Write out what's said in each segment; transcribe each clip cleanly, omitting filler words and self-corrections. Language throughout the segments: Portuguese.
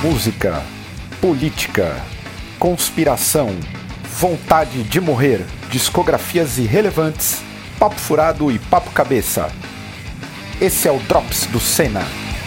Música, política, conspiração, vontade de morrer, discografias irrelevantes, papo furado e papo cabeça. Esse é o Drops do Senna.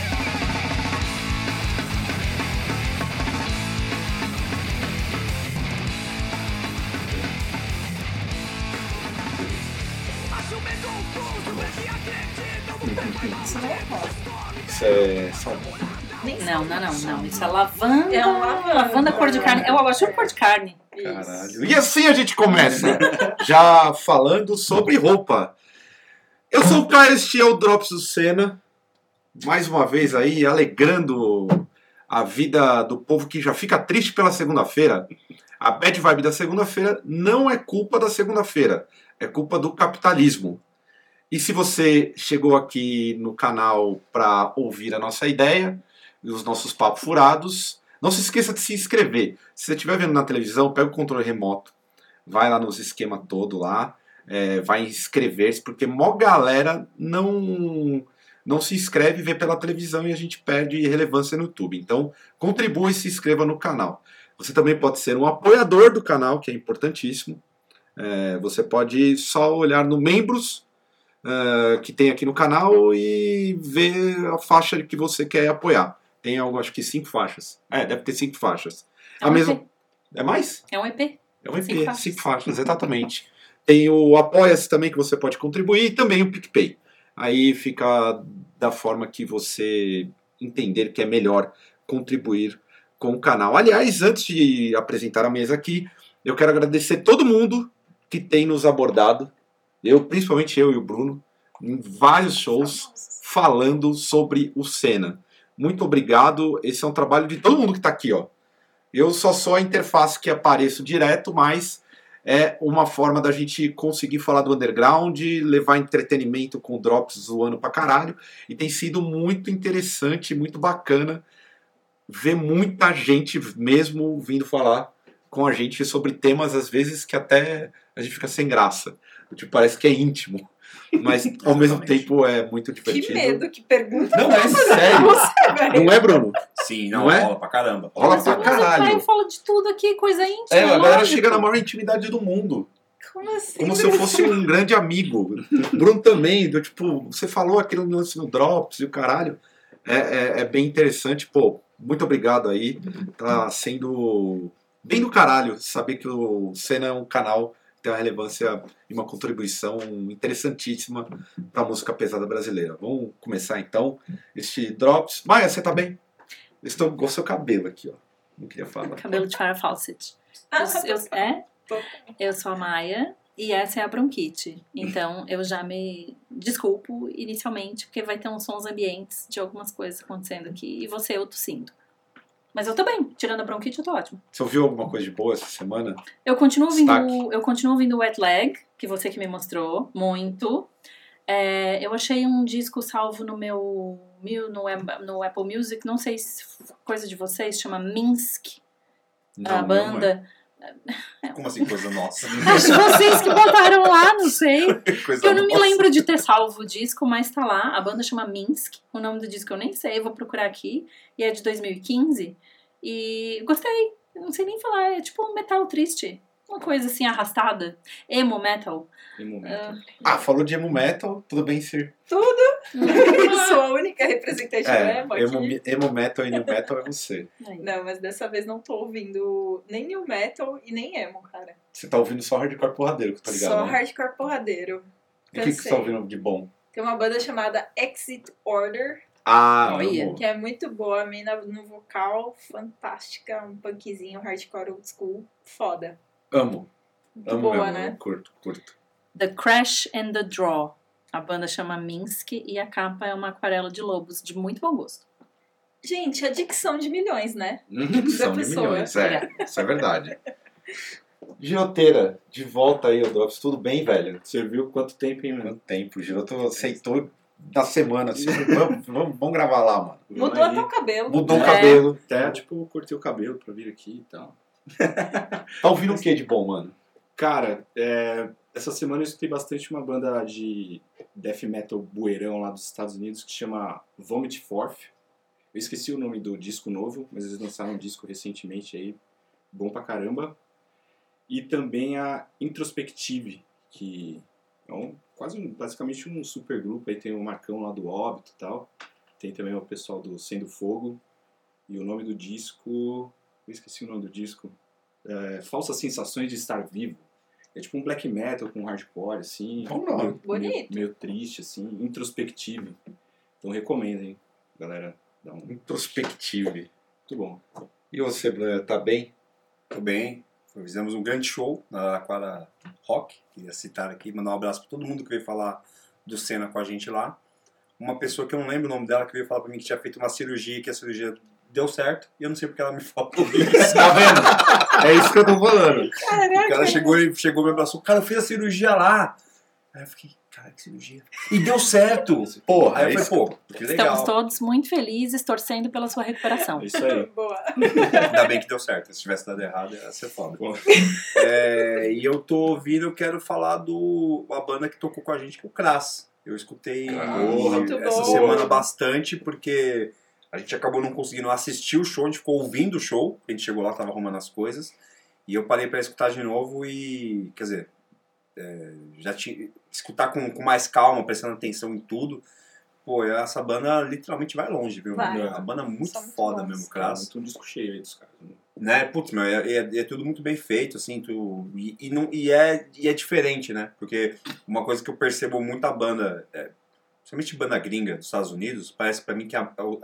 Isso é salmão. Não. Isso é lavanda. É uma lavanda cor de carne. Eu acho cor de carne. Caralho. E assim a gente começa, já falando sobre roupa. Eu sou o Caio, este é o Drops do Senna. Mais uma vez aí, alegrando a vida do povo que já fica triste pela segunda-feira. A bad vibe da segunda-feira não é culpa da segunda-feira, é culpa do capitalismo. E se você chegou aqui no canal para ouvir a nossa ideia e os nossos papos furados, não se esqueça de se inscrever. Se você estiver vendo na televisão, pega o controle remoto, vai lá nos esquemas todo lá, vai inscrever-se, porque mó galera não se inscreve e vê pela televisão e a gente perde relevância no YouTube. Então, contribua e se inscreva no canal. Você também pode ser um apoiador do canal, que é importantíssimo. Você pode só olhar no membros que tem aqui no canal e ver a faixa que você quer apoiar. Tem algo, acho que 5 faixas. Deve ter 5 faixas. EP. É mais? É um EP. É um EP, 5 faixas, exatamente. Tem o Apoia-se também, que você pode contribuir, e também o PicPay. Aí fica da forma que você entender que é melhor contribuir com o canal. Aliás, antes de apresentar a mesa aqui, eu quero agradecer todo mundo que tem nos abordado. Principalmente eu e o Bruno, em vários shows, falando sobre o Senna. Muito obrigado, esse é um trabalho de todo mundo que está aqui, ó. Eu só sou a interface que apareço direto, mas é uma forma da gente conseguir falar do underground, levar entretenimento com drops zoando pra caralho, e tem sido muito interessante, muito bacana ver muita gente mesmo vindo falar com a gente sobre temas, às vezes, que até a gente fica sem graça. Tipo, parece que é íntimo, mas ao mesmo tempo é muito divertido. Que medo, que pergunta. Não, é sério. Não é, Bruno? Sim, não é? Rola pra caramba. Rola pra caralho. Eu falo de tudo aqui, coisa íntima. A galera chega na maior intimidade do mundo. Como assim? Como se eu fosse um grande amigo. Bruno também, tipo, você falou aquele lance no Drops e o caralho. É bem interessante, pô. Muito obrigado aí. Tá sendo bem do caralho saber que o Senna é um canal tem uma relevância e uma contribuição interessantíssima para a música pesada brasileira. Vamos começar então este Drops. Maia, você tá bem? Estou com o seu cabelo aqui, ó. Não queria falar. Cabelo de Farrah Fawcett. Eu sou a Maia e essa é a bronquite. Então eu já me desculpo inicialmente porque vai ter uns sons ambientes de algumas coisas acontecendo aqui e você eu tossindo. Mas eu tô bem, tirando a bronquite eu tô ótimo. Você ouviu alguma coisa de boa essa semana? Eu continuo ouvindo Wet Leg, que você que me mostrou, muito. Eu achei um disco salvo no Apple Music, não sei se coisa de vocês, chama Minsk, a banda. Como assim, coisa nossa? Acho vocês que botaram lá, não sei. Eu não me nossa. lembro de ter salvo o disco, mas tá lá. A banda chama Minsk. O nome do disco eu nem sei, eu vou procurar aqui. E é de 2015. E gostei. Eu não sei nem falar. É tipo um metal triste. Uma coisa assim arrastada. Emo metal. Falou de emo metal. Tudo bem, Sir? Eu sou a única representante do emo aqui. Emo metal e new metal é você. Não, mas dessa vez não tô ouvindo nem new metal e nem emo, cara. Você tá ouvindo só hardcore porradeiro, que tá ligado? Só né? hardcore porradeiro. E o que você tá ouvindo de bom? Tem uma banda chamada Exit Order. Olha. Amo. Que é muito boa, a mina no vocal, fantástica, um punkzinho, hardcore old school, foda. Amo. Muito Amo boa, mesmo, né? Curto. The Crash and the Draw. A banda chama Minsk e a capa é uma aquarela de lobos de muito bom gosto. Gente, a dicção de milhões, né? São de pessoa. milhões, isso é verdade. Giroteira, de volta aí, o Drops, tudo bem, velho? Você viu quanto tempo, hein, mano? Quanto tempo, o Giroto aceitou na semana, assim, vamos gravar lá, mano. Mudou até o cabelo. Mudou o cabelo. Até, tipo, cortei o cabelo pra vir aqui e tal. Tá ouvindo o que de bom, mano? Cara, essa semana eu escutei bastante uma banda de death metal bueirão lá dos Estados Unidos que chama Vomit Forth. Eu esqueci o nome do disco novo, mas eles lançaram um disco recentemente aí, bom pra caramba. E também a Introspective, que é basicamente um super grupo. Aí tem o Marcão lá do Óbito e tal. Tem também o pessoal do Sendo Fogo. E o nome do disco... Eu esqueci o nome do disco. Falsas Sensações de Estar Vivo. É tipo um black metal com hardcore, assim. Bom nome. Bonito. Meio triste, assim. Introspective. Então recomendo, hein, galera. Dá um... Introspective. Muito bom. E você, Bruno, tá bem? Tô bem. Fizemos um grande show na Araraquara Rock. Queria citar aqui, mandar um abraço para todo mundo que veio falar do Senna com a gente lá. Uma pessoa que eu não lembro o nome dela, que veio falar para mim que tinha feito uma cirurgia, que a cirurgia deu certo, e eu não sei porque ela me falou isso. Tá vendo? É isso que eu tô falando. O cara chegou, me abraçou, cara, eu fiz a cirurgia lá. Aí eu fiquei, cara, que cirurgia. E deu certo. Porra, Aí eu é falei, isso. pô, que legal. Estamos todos muito felizes, torcendo pela sua recuperação. É isso aí. Boa. Ainda bem que deu certo. Se tivesse dado errado, ia ser foda. Bom. E eu tô ouvindo, eu quero falar uma banda que tocou com a gente, que é o Crass. Eu escutei muito essa bom. semana bastante, porque a gente acabou não conseguindo assistir o show, a gente ficou ouvindo o show, a gente chegou lá, tava arrumando as coisas, e eu parei pra escutar de novo e, quer dizer, já tinha, escutar com mais calma, prestando atenção em tudo. Pô, essa banda literalmente vai longe, viu? Vai. É uma banda muito São muito foda bons. mesmo, Crass. Muito um disco cheio aí dos caras. Né? Né? Putz, meu, é tudo muito bem feito, assim, e é diferente, né? Porque uma coisa que eu percebo muito da banda, principalmente banda gringa dos Estados Unidos, parece pra mim que é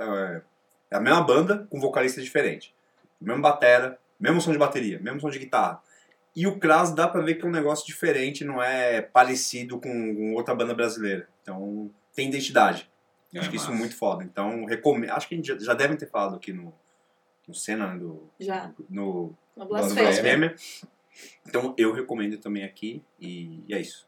a mesma banda com vocalista diferente. Mesmo batera, mesmo som de bateria, mesmo som de guitarra. E o Crass dá pra ver que é um negócio diferente, não é parecido com outra banda brasileira. Então, tem identidade. Eu acho que isso é muito foda. Então, recomendo. Acho que a gente já devem ter falado aqui no Senna, né, Já. no No Blasfêmia. Blasfêmia. Então, eu recomendo também aqui. E é isso.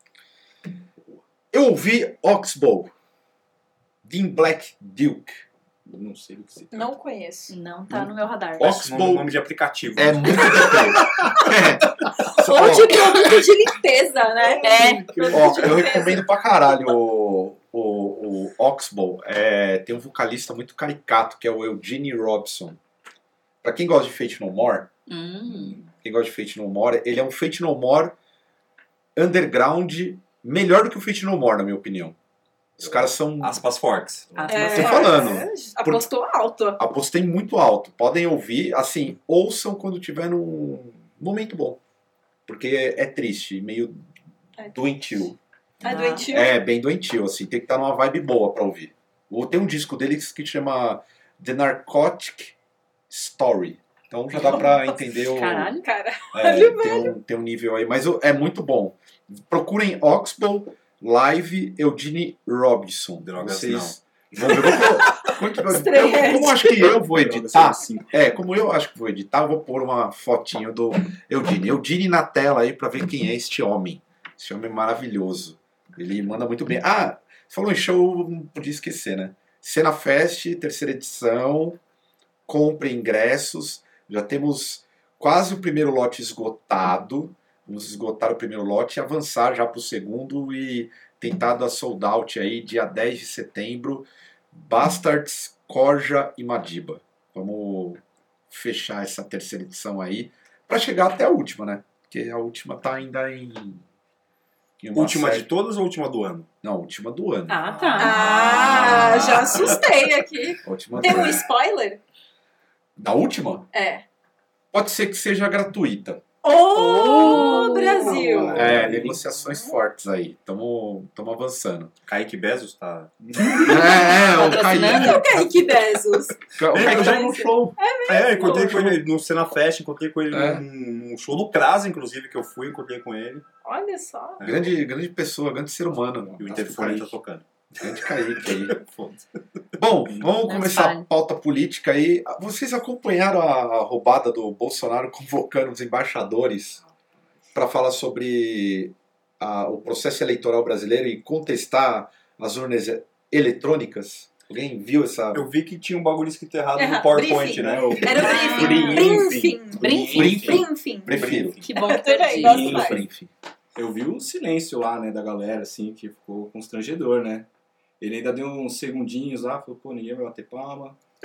Eu ouvi Oxbow, Dean Black Duke. Eu não sei do que se trata. Não conheço. Não tá no meu radar. Oxbow Nome de aplicativo. é muito deprê. Ou de produto de limpeza, né? Ó, eu recomendo pra caralho o Oxbow. Tem um vocalista muito caricato, que é o Eugene Robson. Pra quem gosta de Fate No More, ele é um Fate No More underground melhor do que o Fate No More, na minha opinião. Os caras são... Aspas fortes. Tô falando. Apostou alto. Apostei muito alto. Podem ouvir, assim, ouçam quando tiver num momento bom. Porque é triste, meio doentio. É doentio? É, bem doentio, assim. Tem que estar numa vibe boa pra ouvir. Tem um disco deles que chama The Narcotic Story. Então já dá pra entender o... Caralho. Cara, tem um nível aí. Mas é muito bom. Procurem Oxbow Live Eugene Robson. Drogas Vocês vão ver. Estreante. Como acho que eu vou editar... Assim, Como eu acho que vou editar, eu vou pôr uma fotinho do Eugene. Eugene na tela aí pra ver quem é este homem. Esse homem maravilhoso. Ele manda muito bem. Ah, você falou em show, não podia esquecer, né? Cena Fest, 3ª edição. Compre ingressos. Já temos quase o primeiro lote esgotado. Vamos esgotar o primeiro lote e avançar já para o segundo e tentar dar sold out aí dia 10 de setembro. Bastards, Corja e Madiba. Vamos fechar essa 3ª edição aí para chegar até a última, né? Porque a última tá ainda em uma Última série... de todas ou última do ano? Não, última do ano. Ah, tá. já assustei aqui. Última Tem do um ano. spoiler? Da última? É. Pode ser que seja gratuita. Brasil! Negociações fortes aí. Estamos avançando. Kaique Bezos tá... O Patrocinando? Kaique. Kaique Bezos. O Kaique já no show. encontrei com ele no Cena Fest, encontrei com ele É. num show do Cras, inclusive, que eu fui, encontrei com ele. Olha só. Grande pessoa, grande ser humano. E o interfone tá tocando. Grande Kaique aí. Foda-se. Bom, vamos Não começar fale. a pauta política aí. Vocês acompanharam a roubada do Bolsonaro convocando os embaixadores para falar sobre o processo eleitoral brasileiro e contestar as urnas eletrônicas? Alguém viu essa... Eu vi que tinha um bagulho escrito errado no Errado. PowerPoint, Briefing. né? Era o briefing. Briefing. Prefiro. Que bom que Também, perdi. gosto mais. Enfim. eu vi o silêncio lá, né, da galera, assim, que ficou constrangedor, né? Ele ainda deu uns segundinhos lá, falou, pô, ninguém vai bater palma.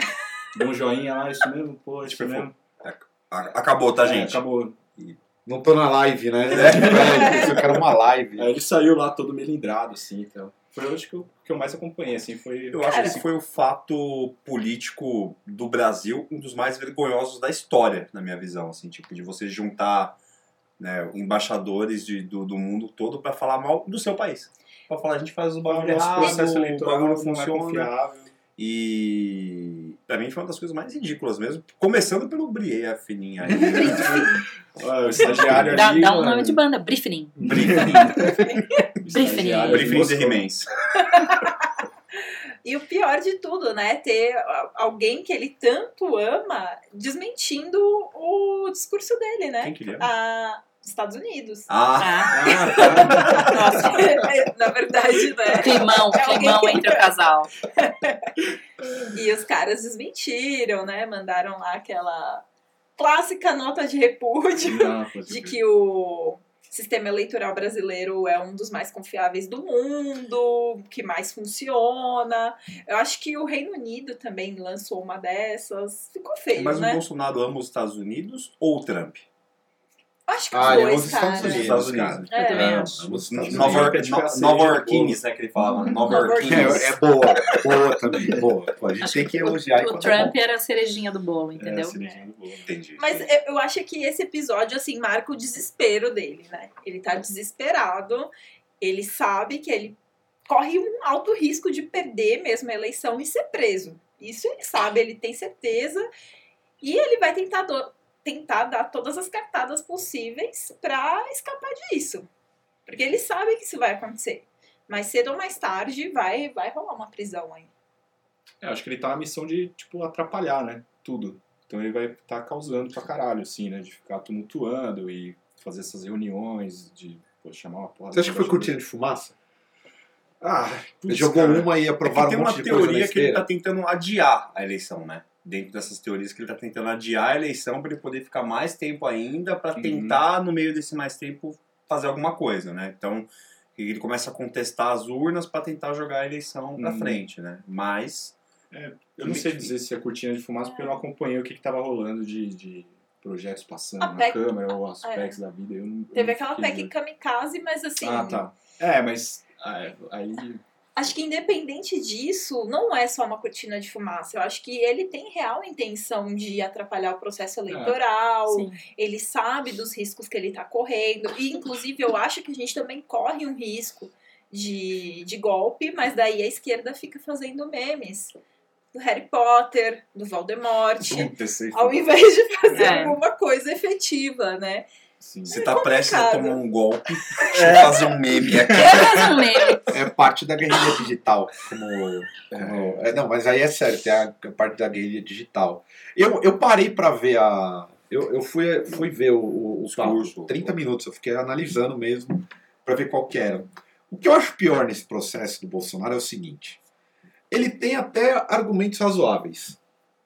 deu um joinha lá, isso mesmo, pô, isso Tipo, mesmo. Acabou, tá, gente? Acabou. Não tô na live, né? Pensou que era uma live. Aí ele saiu lá todo melindrado, assim, então. Foi hoje que eu mais acompanhei, assim, foi... Eu acho que esse foi o fato político do Brasil, um dos mais vergonhosos da história, na minha visão, assim, tipo, de você juntar, né, embaixadores do mundo todo pra falar mal do seu país. Pra falar, a gente faz o bagulho nosso errado, processo o eleitoral bagulho não é funciona. confiável. E pra mim foi uma das coisas mais ridículas mesmo, começando pelo Brier, a fininha aí. Olha, o estagiário Dá ali, um mano, nome de banda, Briefing. Briefing. estagiário ali Briefing de moscou. He-Mans. E o pior de tudo, né? Ter alguém que ele tanto ama desmentindo o discurso dele, né? Quem que ele ama? Estados Unidos. Ah, tá. Nossa, Na verdade, né? climão alguém- entre o casal. E os caras desmentiram, né? Mandaram lá aquela clássica nota de repúdio Não, pode de crer. que o sistema eleitoral brasileiro é um dos mais confiáveis do mundo, que mais funciona. Eu acho que o Reino Unido também lançou uma dessas. Ficou feio, mas né? o Bolsonaro ama os Estados Unidos ou o Trump? Acho que os ele ama dois, os cara. Estados Unidos, Estados cara. Unidos. Eu também É. acho. Ama os Estados Nova Unidos. York é tipo a cereja Nova do Yorkines, né, que ele fala. Nova Nova Yorkines. É boa também, boa. Pô, a gente Acho tem que elogiar. O enquanto é Trump bom. era a cerejinha do bolo, É, entendeu? cerejinha do bolo. Entendi. Mas eu acho que esse episódio, assim, marca o desespero dele, né? Ele tá desesperado, ele sabe que ele corre um alto risco de perder mesmo a eleição e ser preso. Isso ele sabe, ele tem certeza. E ele vai tentar dar todas as cartadas possíveis pra escapar disso. Porque ele sabe que isso vai acontecer. Mas cedo ou mais tarde vai rolar uma prisão aí. Acho que ele tá na missão de, tipo, atrapalhar, né? Tudo. Então ele vai estar causando pra caralho, assim, né? De ficar tumultuando e fazer essas reuniões, de chamar uma porra. Você acha que foi cortina de fumaça? Ah, Ele putz, jogou cara. uma e É que aprovaram tem um uma monte de coisa na teoria que ele esteira. tá tentando adiar a eleição, né? Dentro dessas teorias que ele tá tentando adiar a eleição para ele poder ficar mais tempo ainda, para tentar, no meio desse mais tempo, fazer alguma coisa, né? Então, ele começa a contestar as urnas para tentar jogar a eleição pra frente, né? Mas... Eu não sei dizer se é cortina de fumaça, porque eu não acompanhei o que tava rolando de projetos passando A na PEC Câmara ou as PECs da vida. Teve aquela PEC kamikaze, mas assim... Ah, tá. É, mas aí... Acho que independente disso, não é só uma cortina de fumaça. Eu acho que ele tem real intenção de atrapalhar o processo eleitoral. Sim. Ele sabe dos riscos que ele está correndo. E, inclusive, eu acho que a gente também corre um risco de golpe, mas daí a esquerda fica fazendo memes do Harry Potter, do Voldemort, ao invés de fazer alguma coisa efetiva, né? Sim. Você tá prestes a tomar um golpe, fazer um meme aqui. Fazer um meme. É parte da guerrilha digital. Não, mas aí é sério, tem a parte da guerrilha digital. Eu parei pra ver Eu fui ver os cursos. 30 minutos, eu fiquei analisando mesmo pra ver qual que era. O que eu acho pior nesse processo do Bolsonaro é o seguinte: ele tem até argumentos razoáveis.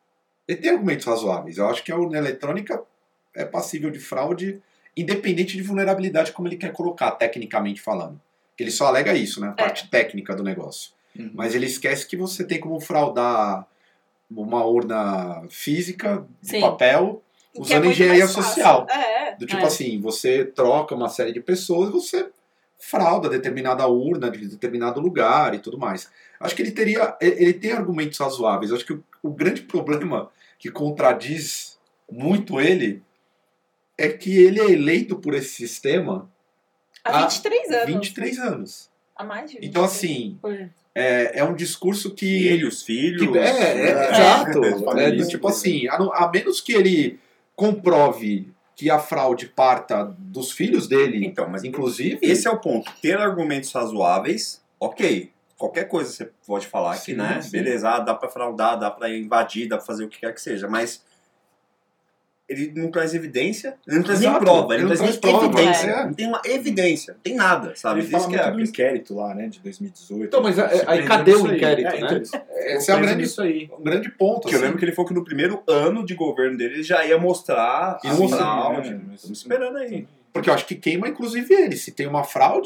Eu acho que a urna eletrônica é passível de fraude, independente de vulnerabilidade, como ele quer colocar, tecnicamente falando. Ele só alega isso, né? A parte técnica do negócio. Mas ele esquece que você tem como fraudar uma urna física, de Sim. papel, O que usando muito engenharia mais fácil. social. Do tipo É. assim, você troca uma série de pessoas e você frauda determinada urna de determinado lugar e tudo mais. Acho que ele tem argumentos razoáveis. Acho que o grande problema que contradiz muito ele é que ele é eleito por esse sistema Há 23 anos. 23 anos. Há mais de 23. Então, assim, é um discurso que... Ele, os filhos... Exato. família, Do tipo assim, a menos que ele comprove que a fraude parta dos filhos dele, Então, mas inclusive... esse é o ponto. Ter argumentos razoáveis, ok. Qualquer coisa você pode falar Sim, que, né? sim. Beleza, dá pra fraudar, dá pra invadir, dá pra fazer o que quer que seja, mas ele não traz evidência, ele não traz nem Exato, prova, ele não ele traz não traz nem prova, evidência. é. Não tem uma evidência, não tem nada, sabe? Ele fala Isso que é muito a do questão. inquérito lá, né, de 2018. Então, mas Se aí prendeu cadê o nisso aí. inquérito, né? Então, Esse é isso aí. um grande ponto. Porque eu assim. lembro que ele falou que no primeiro ano de governo dele ele já ia mostrar Ia a mostrar, fraude. né? Estamos esperando aí. Porque eu acho que queima, inclusive, ele. Se tem uma fraude,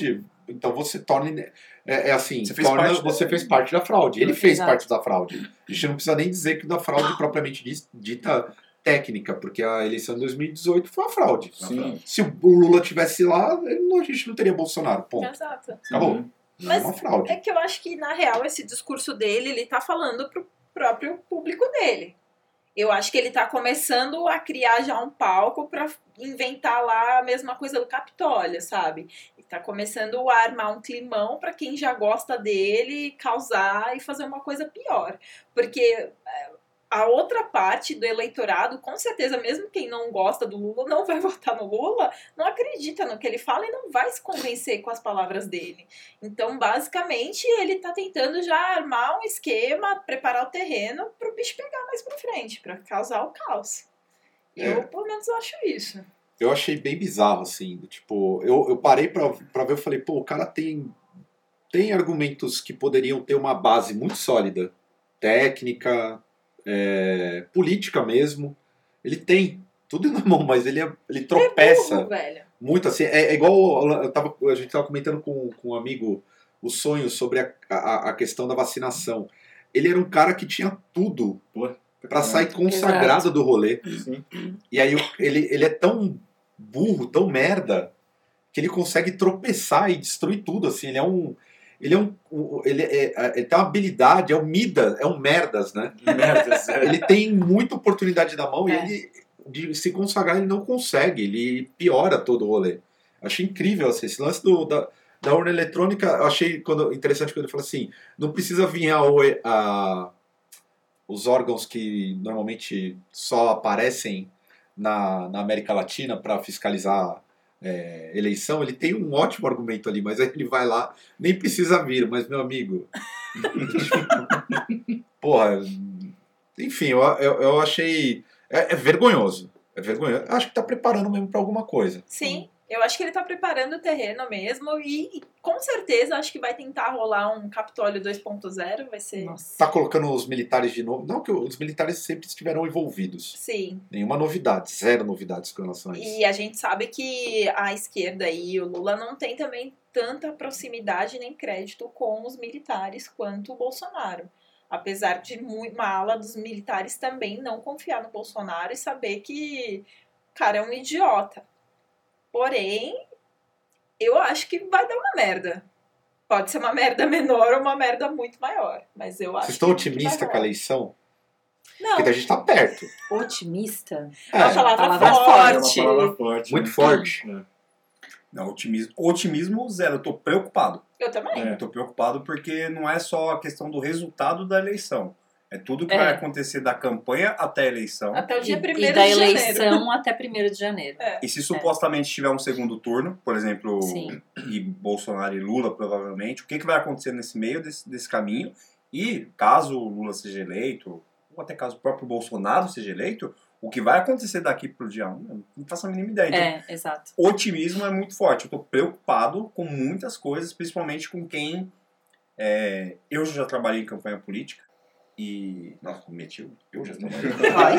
Então você torna. Assim, Você fez parte você fez parte da fraude. Ele fez Exato. parte da fraude. A gente não precisa nem dizer que da fraude propriamente dita técnica, porque a eleição de 2018 foi uma fraude. Sim. Se o Lula tivesse lá, a gente não teria Bolsonaro. Ponto. Exato. Acabou. Mas É uma fraude. é que eu acho que, na real, esse discurso dele, ele tá falando pro próprio público dele. Eu acho que ele tá começando a criar já um palco pra inventar lá a mesma coisa do Capitólio, sabe? Ele tá começando a armar um climão pra quem já gosta dele causar e fazer uma coisa pior. Porque a outra parte do eleitorado, com certeza, mesmo quem não gosta do Lula, não vai votar no Lula, não acredita no que ele fala e não vai se convencer com as palavras dele. Então, basicamente, ele tá tentando já armar um esquema, preparar o terreno pro bicho pegar mais pra frente, pra causar o caos. Eu, pelo menos, acho isso. Eu achei bem bizarro, assim. Tipo, eu parei pra ver, eu falei, pô, o cara tem argumentos que poderiam ter uma base muito sólida. Técnica, política mesmo. Ele tem tudo na mão, mas ele tropeça. É burro, velho. Muito assim. É igual a gente tava comentando com um amigo o sonho sobre a questão da vacinação. Ele era um cara que tinha tudo pra sair consagrado do rolê. Sim. E aí ele é tão burro, tão merda, que ele consegue tropeçar e destruir tudo. Assim, ele tem uma habilidade, é um Midas, é um merdas, né? Merdas, Ele tem muita oportunidade na mão e É. ele, de se consagrar, ele não consegue, ele piora todo o rolê. Achei incrível assim, esse lance da urna eletrônica. Eu achei interessante quando ele falou assim: não precisa vir os órgãos que normalmente só aparecem na América Latina para fiscalizar eleição. Ele tem um ótimo argumento ali, mas aí ele vai lá, nem precisa vir, mas meu amigo. Porra, enfim, eu achei. É vergonhoso. É vergonhoso. Acho que tá preparando mesmo para alguma coisa. Sim, eu acho que ele tá preparando o terreno mesmo e com certeza acho que vai tentar rolar um Capitólio 2.0, vai ser... Nossa. Tá colocando os militares de novo. Não que os militares sempre estiveram envolvidos. Sim, Nenhuma novidade, zero novidades com relação a isso. e a gente sabe que a esquerda e o Lula não tem também tanta proximidade nem crédito com os militares quanto o Bolsonaro. Apesar de uma ala dos militares também não confiar no Bolsonaro e saber que o cara é um idiota. Porém, eu acho que vai dar uma merda. Pode ser uma merda menor ou uma merda muito maior. Mas eu acho Vocês estão que otimistas vai com a rolar. eleição? Não, Porque a gente tá perto. Otimista? é uma palavra palavra forte. É uma palavra forte. Muito né? forte. É. Não, otimismo zero. Eu tô preocupado. Eu também. É. Eu tô preocupado porque não é só a questão do resultado da eleição. É tudo que É. vai acontecer da campanha até a eleição. Até o dia 1º E da de janeiro. eleição até 1º de janeiro. E se supostamente tiver um segundo turno, por exemplo, Sim. e Bolsonaro e Lula, provavelmente, o que vai acontecer nesse meio desse caminho? E caso o Lula seja eleito, ou até caso o próprio Bolsonaro seja eleito, o que vai acontecer daqui pro dia 1, eu não faço a mínima ideia. Então, Exato. o otimismo é muito forte. Eu tô preocupado com muitas coisas, principalmente com quem... eu já trabalhei em campanha política e... Nossa, eu já trabalhei.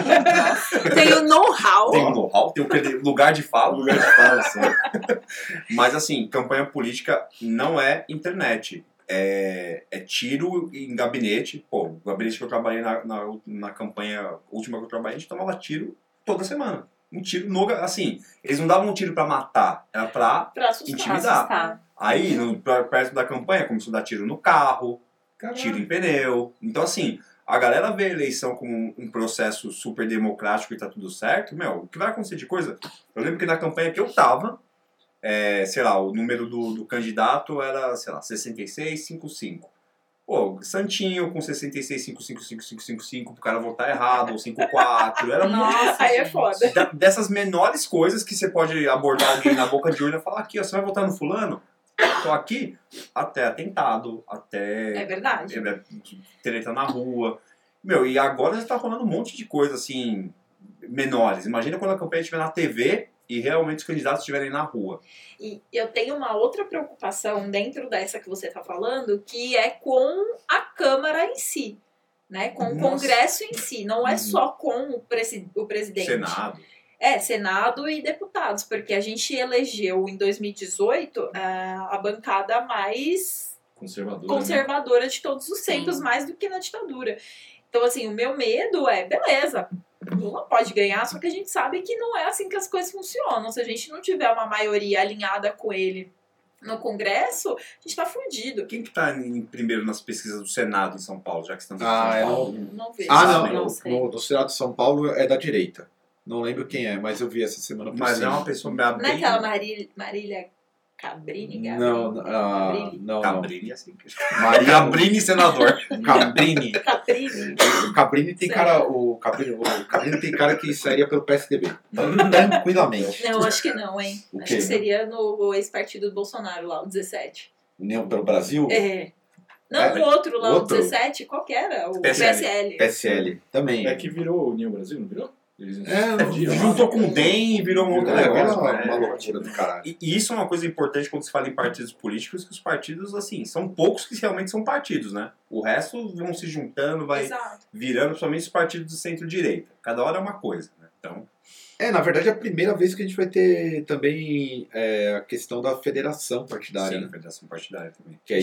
Tem o know-how. Tenho know-how, tenho lugar de fala. Lugar de fala, assim. Mas assim, campanha política não é internet. É tiro em gabinete. Pô, o gabinete que eu trabalhei na campanha última que eu trabalhei, a gente tomava tiro toda semana. Um tiro no... Assim, eles não davam um tiro pra matar, era pra Pra assustar. intimidar. Assustar. Aí, perto da campanha, começou a dar tiro no carro, tiro em pneu. Então, assim, a galera vê a eleição como um processo super democrático e tá tudo certo. Meu, o que vai acontecer de coisa? Eu lembro que na campanha que eu tava, sei lá, o número do candidato era, sei lá, 6655. Pô, Santinho com 66555555 pro cara votar errado, ou 54. Era Nossa, Aí é gente. foda. dessas menores coisas que você pode abordar alguém na boca de urna e falar aqui, ó, você vai votar no fulano? Tô aqui, até atentado, É verdade. treta na rua. Meu, e agora já tá rolando um monte de coisa, assim, menores. Imagina quando a campanha estiver na TV e realmente os candidatos estiverem na rua. E eu tenho uma outra preocupação dentro dessa que você está falando, que é com a Câmara em si, né? Com o Nossa. Congresso em si. Não é só com o presidente. Senado. Senado e deputados, porque a gente elegeu em 2018 a bancada mais conservadora de todos os tempos, mais do que na ditadura. Então, assim, o meu medo beleza, Lula pode ganhar, só que a gente sabe que não é assim que as coisas funcionam. Se a gente não tiver uma maioria alinhada com ele no Congresso, a gente tá fudido. Quem que tá em primeiro nas pesquisas do Senado em São Paulo, já que estamos em Ah, São Paulo? Não vejo. não sei. No Senado de São Paulo é da direita. Não lembro quem é, mas eu vi essa semana por Mas é cima. uma pessoa bem... Não é aquela Marília Cabrini? Não. Cabrini, assim. Maria Cabrini, senador. Cabrini. Caprini. O Cabrini tem cara. O Cabrini tem cara que sairia pelo PSDB. Tranquilamente. Não, acho que não, hein? O Acho quê? que seria no ex-partido do Bolsonaro lá, o 17. União pelo Brasil? Não, o outro lá, outro? o 17, qual que era? O PSL. PSL. Também. É que virou União Brasil, não virou? Eles É, Juntou com o DEM e virou um outro negócio. uma né? loucura do caralho. E isso é uma coisa importante quando se fala em partidos políticos, que os partidos, assim, são poucos que realmente são partidos, né? O resto vão se juntando, vai Exato. virando, principalmente os partidos de centro-direita. Cada hora é uma coisa, né? Então, Na verdade é a primeira vez que a gente vai ter também a questão da federação partidária. sim, Né? federação partidária também. Que aí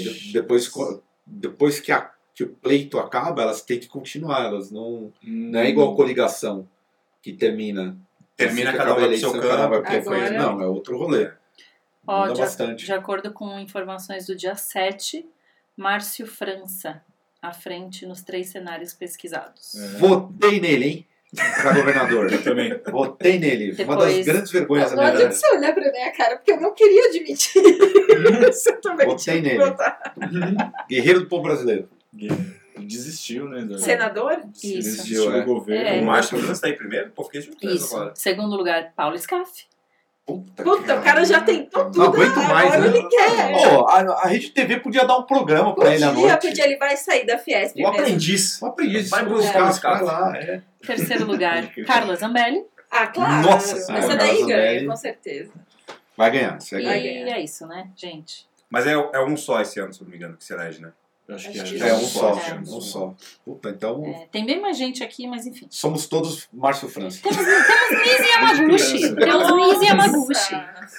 depois que o pleito acaba, elas têm que continuar. Elas não é igual coligação, que termina Termina assim que cada acaba um a vai pro seu eleição, cada um vai canto. pro seu Agora- Não, é outro rolê. Ó, Muda bastante. de acordo com informações do dia 7, Márcio França à frente nos 3 cenários pesquisados. Votei nele, hein? Pra governador. Eu também. Votei nele. Uma das Depois- grandes vergonhas da Não minha adianta vida. você olhar pra minha cara, porque eu não queria admitir. Você também Votei tinha que nele. votar. Guerreiro do povo brasileiro. Desistiu, né? Senador? Isso. Desistiu É. do governo. É. O Márcio França tá aí primeiro? Pô, fiquei surpreso Isso. agora. Segundo lugar, Paulo Scaff. Puta, o cara já tentou tudo. Não aguento mais, agora né? ele quer. Pô, a Rede TV podia dar um programa pra ele à noite. Ele vai sair da Fiesp O mesmo. aprendiz. Um aprendiz. Vai Vai buscar os vai caras. lá. Terceiro lugar, Carla Zambelli. Ah, claro. Nossa Senhora, Essa daí Carlos ganha, Zambelli. com certeza. Vai ganhar. Você E vai Vai ganhar. ganhar. é isso, né, gente? Mas é um só esse ano, se eu não me engano, que se elege, né? Eu acho que Acho que É um Sim. só. É. Um só. Puta, então Tem bem mais gente aqui, mas enfim. somos todos Márcio França. Nise Yamaguchi. Temos Nise Yamaguchi.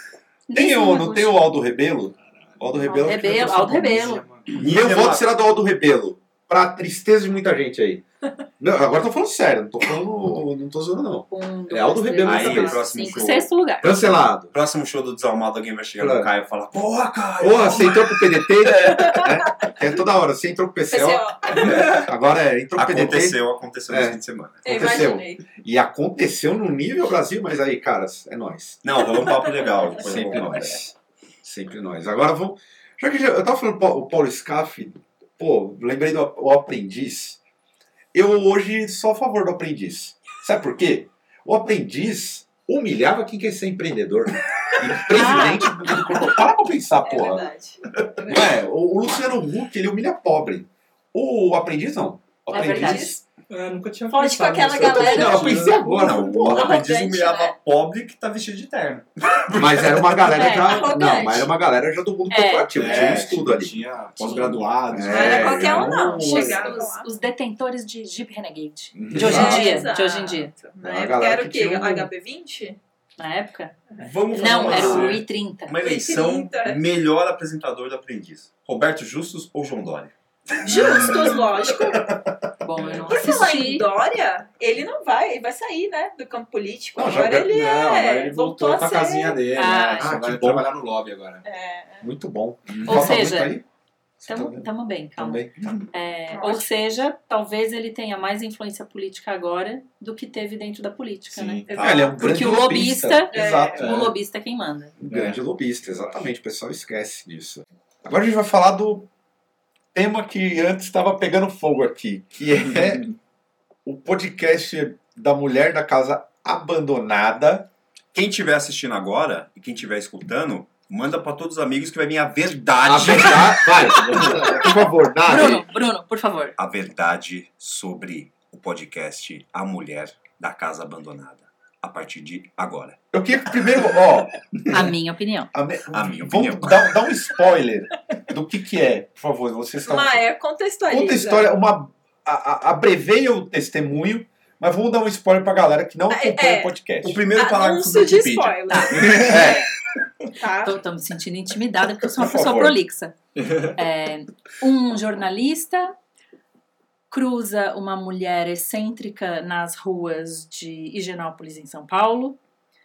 Não tem o Aldo Rebelo? Aldo Rebelo. acho que vai ter Aldo Rebelo. Meu voto será do Aldo Rebelo. Pra tristeza de muita gente aí. Não, agora eu tô falando sério, não tô zoando não. É Aldo Rebelo Aí, também. próximo 5, show. sexto lugar. Cancelado. Próximo show do Desalmado, alguém vai chegar Claro. no Caio e falar: Porra, Caio! Porra, você entrou pro PDT? É toda hora, você entrou pro PCO. Agora entrou pro PDT. Aconteceu nesse fim de semana. Eu Aconteceu. imaginei. E aconteceu no nível Brasil, mas aí, caras, é nóis. Não, rolou um papo legal. Depois Sempre eu vou nós. Sempre nós. Agora vamos. Já que eu tava falando o Paulo Scaff, pô, lembrei do o Aprendiz. Eu hoje sou a favor do Aprendiz. Sabe por quê? O Aprendiz humilhava quem quer ser empreendedor. E presidente do corpo. Para pra pensar, É porra. verdade. Não é? O Luciano Huck, ele humilha pobre. O Aprendiz não. O É verdade. Aprendiz. nunca tinha Pode com pensado aquela nisso. galera- Não, eu pensei agora. Não, o Porra. aprendiz Arrogante, humilhava né? pobre que tá vestido de terno. Mas era uma galera já. arrogante. Não, mas era uma galera já do mundo corporativo. Tinha um estudo ali. Tinha pós-graduados. É, Não era qualquer um, não. os- Chegaram Os, lá. os detentores de Jeep Renegade. Uhum. De hoje em dia. Exato. De hoje em dia. Na É uma época galera era o que quê? tinha um- HB20? Na época? Vamos fazer Não, uma, era o I-30. uma eleição 30. melhor apresentador do aprendiz. Roberto Justus ou João Dória? Justus, lógico. Bom, eu não Por falar em assisti. Dória, ele não vai, ele vai sair, né, do campo político. Não, Agora já- ele Agora ele voltou voltou pra a ser. casinha dele, Ah, né? Só que vai bom. trabalhar no lobby agora. Muito bom. Ou Falta seja, muito aí? Você tá Tamo, vendo? tamo bem, calma. Também. Ou seja, talvez ele tenha mais influência política agora do que teve dentro da política, né? Sim. Ah, ele é um grande Porque o lobista- Exato. O lobista é quem manda. Um grande lobista, exatamente. O pessoal esquece disso. Agora a gente vai falar do tema que antes estava pegando fogo aqui, que é o podcast da mulher da casa abandonada. Quem estiver assistindo agora e quem estiver escutando, manda pra todos os amigos que vai vir a A verdade. verdade. Vai, por favor, Nari. Bruno, por favor. A verdade sobre o podcast A Mulher da Casa Abandonada. A partir de agora. Eu queria que primeiro, ó, A minha opinião. A minha vamos opinião. dar um spoiler do que é, por favor. Vocês estão. Maia, contextualiza. Conta a história, abreveia o testemunho, Mas vamos dar um spoiler pra galera que não acompanha o podcast. O primeiro parágrafo do Anúncio de Wikipedia. spoiler. Tá? Tô me sentindo intimidada porque eu sou uma Por pessoa favor. prolixa. Um jornalista cruza uma mulher excêntrica nas ruas de Higienópolis, em São Paulo,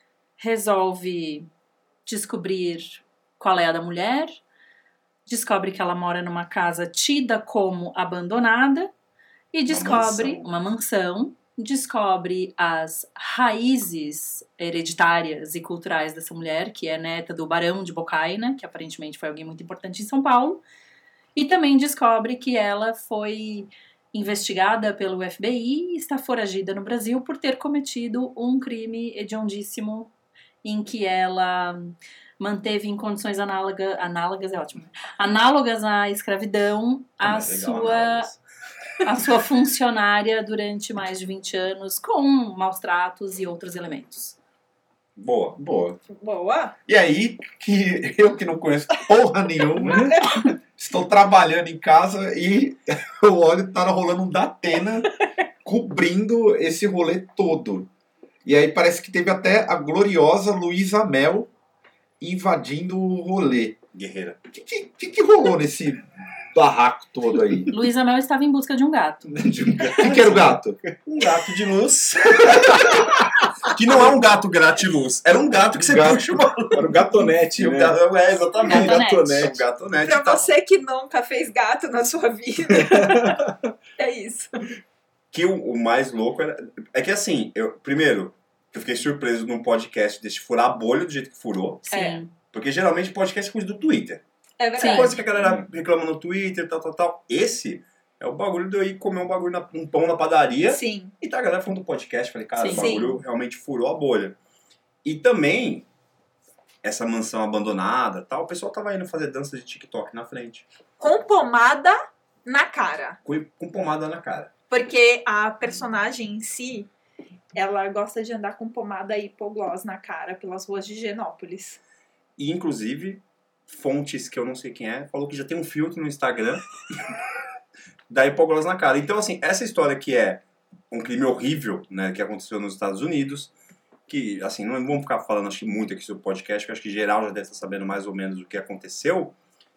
resolve descobrir qual é a da mulher, descobre que ela mora numa casa tida como abandonada e descobre uma mansão, descobre as raízes hereditárias e culturais dessa mulher, que é neta do Barão de Bocaina, que aparentemente foi alguém muito importante em São Paulo, e também descobre que ela foi investigada pelo FBI e está foragida no Brasil por ter cometido um crime hediondíssimo em que ela manteve em condições análogas é ótimo, análogas à escravidão a sua funcionária durante mais de 20 anos com maus tratos e outros elementos. Boa. Boa. E aí, que eu que não conheço porra nenhuma, estou trabalhando em casa e eu olho que tá rolando um Datena cobrindo esse rolê todo. E aí parece que teve até a gloriosa Luísa Mel invadindo o rolê. Guerreira. O que rolou nesse barraco todo aí? Luísa Mel estava em busca de um gato. O que era o gato? Um gato de luz. Que não é um gato gratiluz. Era um gato que você puxa uma... Era o gatonete, né? Exatamente. Gatonete. Um gatonete. Pra e tal. você que nunca fez gato na sua vida. É isso. Que o mais louco era... É que assim, primeiro, eu fiquei surpreso num podcast desse furar a bolha do jeito que furou. Sim. Porque geralmente podcast é coisa do Twitter. É É verdade. coisa que a galera reclama no Twitter, tal. Esse é o bagulho de eu ir comer um pão na padaria. Sim. E tá a galera falando do podcast. Falei, cara, Sim. o bagulho realmente furou a bolha. E também, essa mansão abandonada, tal, o pessoal tava indo fazer dança de TikTok na frente. Com pomada na cara. Com pomada na cara. Porque a personagem em si, ela gosta de andar com pomada hipogloss na cara pelas ruas de Higienópolis. E, inclusive, fontes que eu não sei quem é, falou que já tem um filtro no Instagram da hipogloss na cara. Então, assim, essa história que é um crime horrível, né, que aconteceu nos Estados Unidos, que, assim, não vamos ficar falando, acho que muito aqui sobre o podcast, que eu acho que geral já deve estar sabendo mais ou menos o que aconteceu,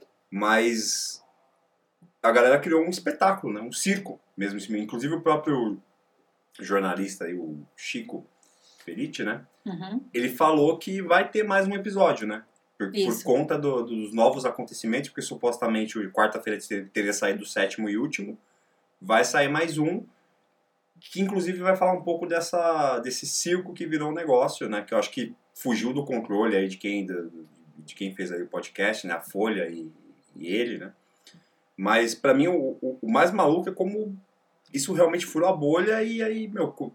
mas a galera criou um espetáculo, né, um circo mesmo. Inclusive o próprio jornalista aí, o Chico Felitti, né, ele falou que vai ter mais um episódio, né, por conta dos novos acontecimentos, porque supostamente quarta-feira teria saído o 7º e último, vai sair mais um, que inclusive vai falar um pouco desse circo que virou um negócio, né, que eu acho que fugiu do controle aí de quem fez aí o podcast, né, a Folha e ele, né, mas pra mim o mais maluco é como isso realmente furou a bolha. E aí,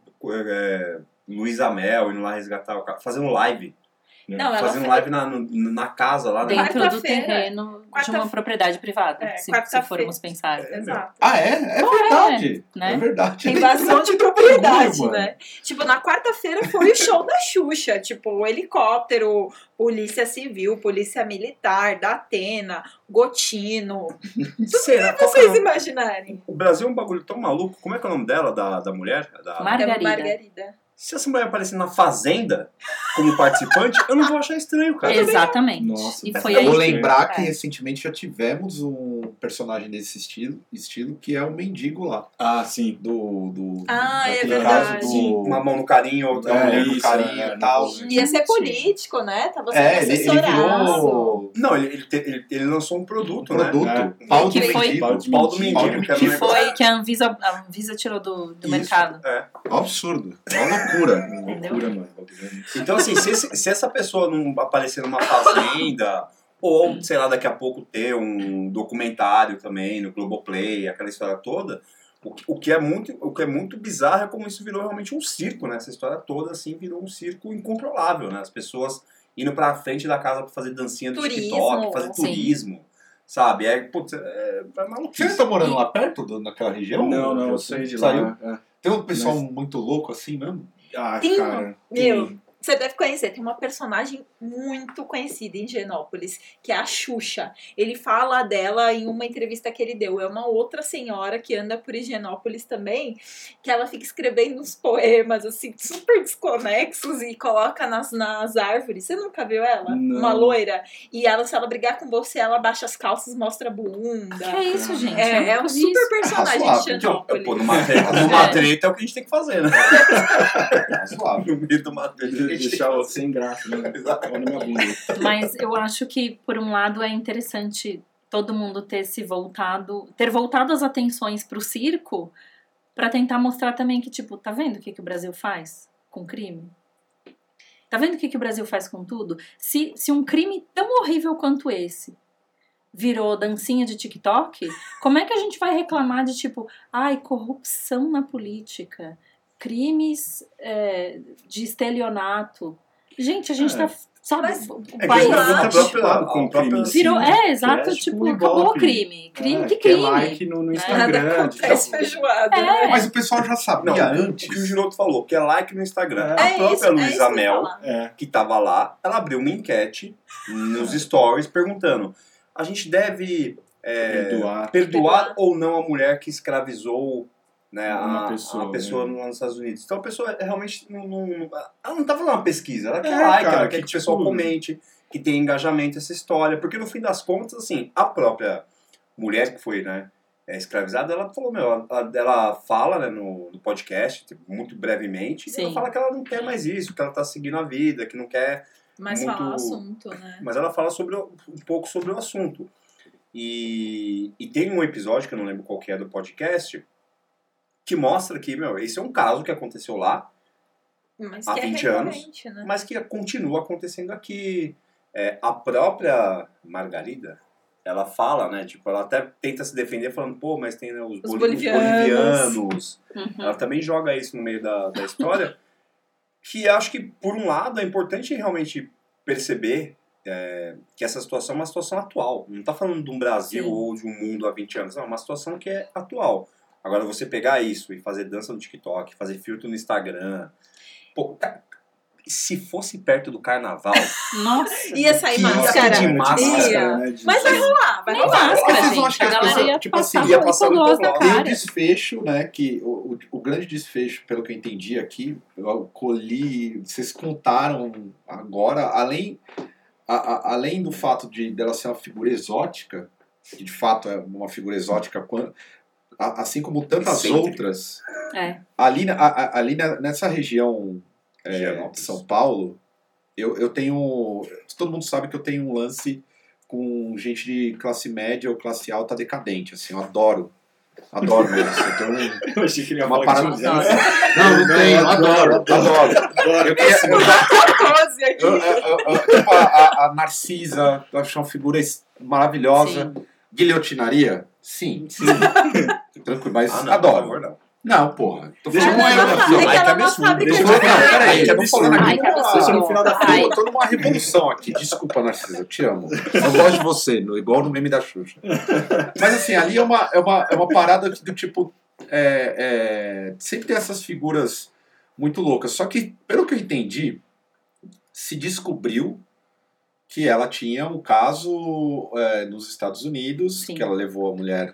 Luísa Mel indo lá resgatar o cara, fazendo live. Não, fazendo live na casa lá. Dentro do Quarta-feira. terreno de uma propriedade privada, se formos pensar. Exato. Ah, é? É verdade. né? É verdade. Invasão de propriedade, Mano. né? Tipo, na quarta-feira foi o show da Xuxa. Tipo, o helicóptero, polícia civil, polícia militar, da Atena, Gotino. Será? Pra vocês imaginarem. O Brasil é um bagulho tão maluco. Como é que é o nome dela, da mulher? Margarida. Se essa mulher aparecer na Fazenda como participante, eu não vou achar estranho, cara. Exatamente. Nossa, E foi Eu aí vou que- lembrar que recentemente já tivemos um personagem desse estilo que é o mendigo lá. Ah, sim. É daquele verdade. caso do... Uma mão no carinho, outra mulher no carinho e tal. Ia ser político, né? Tava sendo ele assessorado. virou Não, ele lançou um produto, um produto. né? Pau do Que foi- mendigo. Pau do mendigo, que era um Que negócio- foi que a Anvisa tirou do Isso, mercado. é. Absurdo. É uma loucura. Entendeu? Loucura, mano. Então, assim, se essa pessoa não aparecer numa fazenda, ou, sei lá, daqui a pouco ter um documentário também no Globoplay, aquela história toda, o que é muito bizarro é como isso virou realmente um circo, né? Essa história toda, assim, virou um circo incontrolável, né? As pessoas indo pra frente da casa pra fazer dancinha do Turismo, TikTok, fazer sim. turismo, sabe? Putz, é maluquice. Você tá morando lá perto, naquela região? Não, eu Você saí de saiu? lá. É. Tem um pessoal muito louco assim mesmo? Ah, Tem, cara. meu, Você deve conhecer, tem uma personagem muito conhecida em Higienópolis, que é a Xuxa. Ele fala dela em uma entrevista que ele deu. É uma outra senhora que anda por Higienópolis também, que ela fica escrevendo uns poemas, assim, super desconexos e coloca nas árvores. Você nunca viu ela? Não. Uma loira. E ela, se ela brigar com você, ela baixa as calças e mostra a bunda. Que é isso, gente? É Eu um nunca vi super isso. personagem de Razoável. Higienópolis. Pô, numa treta é o que a gente tem que fazer, né? Razoável. No meio de uma treta. Deixar você sem graça, né? Olha minha bunda. Mas eu acho que, por um lado, é interessante todo mundo ter voltado as atenções pro circo pra tentar mostrar também que, tipo, tá vendo o que o Brasil faz com crime? Tá vendo o que o Brasil faz com tudo? Se um crime tão horrível quanto esse virou dancinha de TikTok, como é que a gente vai reclamar de, tipo, corrupção na política, crimes de estelionato? Gente, a gente tá, sabe, Mas o É que país a própria- com a própria- virou, exato, que é, tipo, tipo, acabou o Ibope. crime. Crime, que É crime. like no Nada Instagram. acontece feijoada, né? Mas o pessoal já sabia Não, antes. o que o Giroto falou, que é like no Instagram. É A própria isso que eu Luísa ia Mel, falar. É. que tava lá, ela abriu uma enquete nos stories perguntando: a gente deve perdoar ou não a mulher que escravizou, né, Uma a pessoa, pessoa né? lá nos Estados Unidos? Então a pessoa realmente ela não tá fazendo uma pesquisa, ela quer É, like, cara, ela quer que o tipo, pessoal comente, que tenha engajamento essa história, porque no fim das contas, assim, a própria mulher que foi, né, escravizada, ela falou, ela fala, né, no podcast, tipo, muito brevemente, e ela Sim. fala que ela não quer mais isso, que ela tá seguindo a vida, que não quer. Mas muito- falar assunto, né? Mas ela fala um pouco sobre o assunto. E tem um episódio, que eu não lembro qual que é do podcast, que mostra que, esse é um caso que aconteceu lá, Mas há que 20 é anos, recorrente, né? mas que continua acontecendo aqui. A própria Margarida, ela fala, né, tipo, ela até tenta se defender falando, pô, mas tem, né, os bolivianos. Uhum. Ela também joga isso no meio da história, que acho que, por um lado, é importante realmente perceber que essa situação é uma situação atual. Não está falando de um Brasil Sim. ou de um mundo há 20 anos, não, é uma situação que é atual. Agora, você pegar isso e fazer dança no TikTok, fazer filtro no Instagram... Pô, se fosse perto do carnaval... Nossa. Ia sair Que máscara. de máscara, Ia. né, de- Mas vai rolar, vai Nem rolar. máscara, Vocês não gente. acham que A as galera pessoas, ia tipo passar assim, ia passar hipoglós na muito Tem o cara. desfecho, né? Que o grande desfecho, pelo que eu entendi aqui, eu colhi, vocês contaram agora, além do fato dela ser uma figura exótica, que de fato é uma figura exótica, assim como tantas Excêntrica. outras, É. nessa região de São Paulo, eu tenho. Todo mundo sabe que eu tenho um lance com gente de classe média ou classe alta decadente, assim, eu adoro. Adoro mesmo. Eu tenho Eu achei que ele ia uma falar que parada. tinha- Nossa. Não tenho, adoro. Eu Close aqui. tipo, a Narcisa, eu acho uma figura maravilhosa. Sim. Guilhotinaria? Sim. Tranquilo, mas Ah, não, adoro. por favor, não. Não, porra. Tô Deixa falando eu ainda, falar, filho. é que Ai, ela que é uma absurdo. fábrica Deixa de eu falar, peraí, que eu tô falando aqui. Ai, que absurdo. Deixa no final da Ai. fila. Eu tô numa revolução aqui. Desculpa, Narcisa, eu te amo. Eu gosto de você, igual no meme da Xuxa. Mas assim, ali é uma parada do tipo. Sempre tem essas figuras muito loucas. Só que, pelo que eu entendi, se descobriu que ela tinha um caso nos Estados Unidos, Sim. que ela levou a mulher.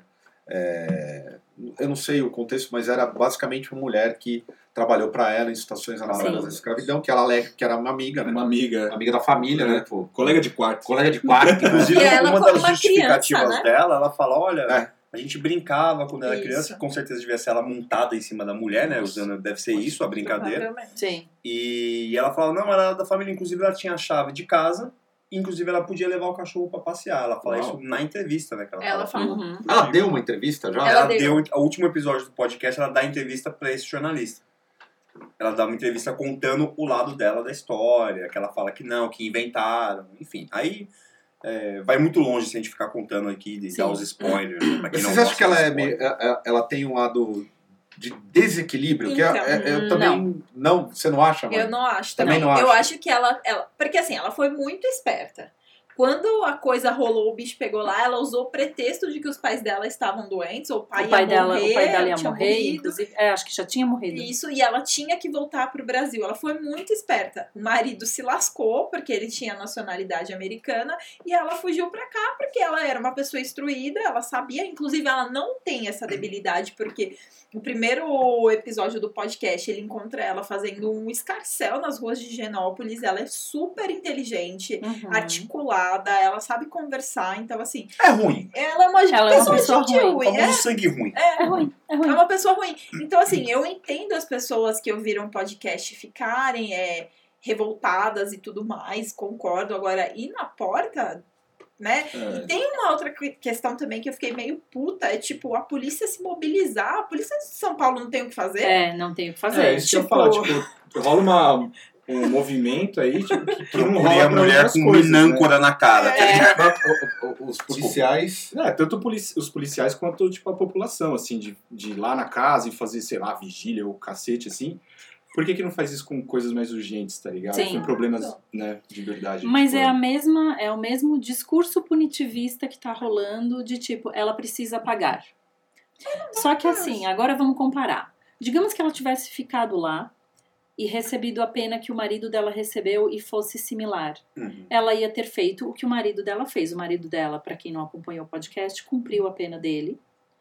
Eu não sei o contexto, mas era basicamente uma mulher que trabalhou para ela em situações análogas Sim. à escravidão, que ela alega que era uma amiga, né? Uma amiga, Amiga da família, né? Pô, colega de quarto. colega de quarto. Inclusive, E ela uma como das uma justificativas criança, né? dela, ela fala, olha, É. a gente brincava quando era Isso. criança, com certeza devia ser ela montada em cima da mulher, né? Usando, deve ser isso, a brincadeira. Provavelmente. Sim. E ela fala, não, ela era da família, inclusive ela tinha a chave de casa, inclusive ela podia levar o cachorro pra passear. Ela fala Uau. isso na entrevista, né? Que Ela fala. falou. Uhum. Ela deu uma entrevista já? Ela Ela deu. deu o último episódio do podcast, ela dá entrevista pra esse jornalista. Ela dá uma entrevista contando o lado dela da história, que ela fala que não, que inventaram, enfim. Aí vai muito longe se a gente ficar contando aqui de Sim. dar os spoilers. Né, pra quem Vocês não acham que gosta ela de spoiler. ela tem um lado de desequilíbrio? Então, eu também não. Você não acha, mano? Eu não acho Também também. não Eu acho. acho que ela. Porque assim, ela foi muito esperta. Quando a coisa rolou, o bicho pegou lá, ela usou o pretexto de que os pais dela estavam doentes, ou o pai dela ia tinha morrer, morrido. inclusive. Acho que já tinha morrido. Isso, e ela tinha que voltar pro Brasil. Ela foi muito esperta. O marido se lascou, porque ele tinha nacionalidade americana, e ela fugiu pra cá, porque ela era uma pessoa instruída, ela sabia, inclusive ela não tem essa debilidade, porque no primeiro episódio do podcast, ele encontra ela fazendo um escarcéu nas ruas de Higienópolis, ela é super inteligente, articulada, ela sabe conversar, então assim... É ruim. Ela é uma pessoa gente ruim. Famoso sangue ruim. É ruim. É uma pessoa ruim. Então, assim, eu entendo as pessoas que ouviram o podcast ficarem revoltadas e tudo mais, concordo. Agora, ir na porta, né? E tem uma outra questão também que eu fiquei meio puta, é tipo, a polícia se mobilizar. A polícia de São Paulo não tem o que fazer? Não tem o que fazer. Isso que eu ia falar, tipo, rola um movimento aí, tipo, que não rola a mulher com minâncora na cara. Os policiais... tanto os policiais quanto, tipo, a população, assim, de ir lá na casa e fazer, sei lá, vigília ou cacete, assim. Por que não faz isso com coisas mais urgentes, tá ligado? Sim. Com problemas, né, de verdade. Mas tipo, é o mesmo discurso punitivista que tá rolando de tipo, ela precisa pagar. Só que assim, agora vamos comparar. Digamos que ela tivesse ficado lá e recebido a pena que o marido dela recebeu e fosse similar. Ela ia ter feito o que o marido dela fez. O marido dela, pra quem não acompanhou o podcast, cumpriu a pena dele.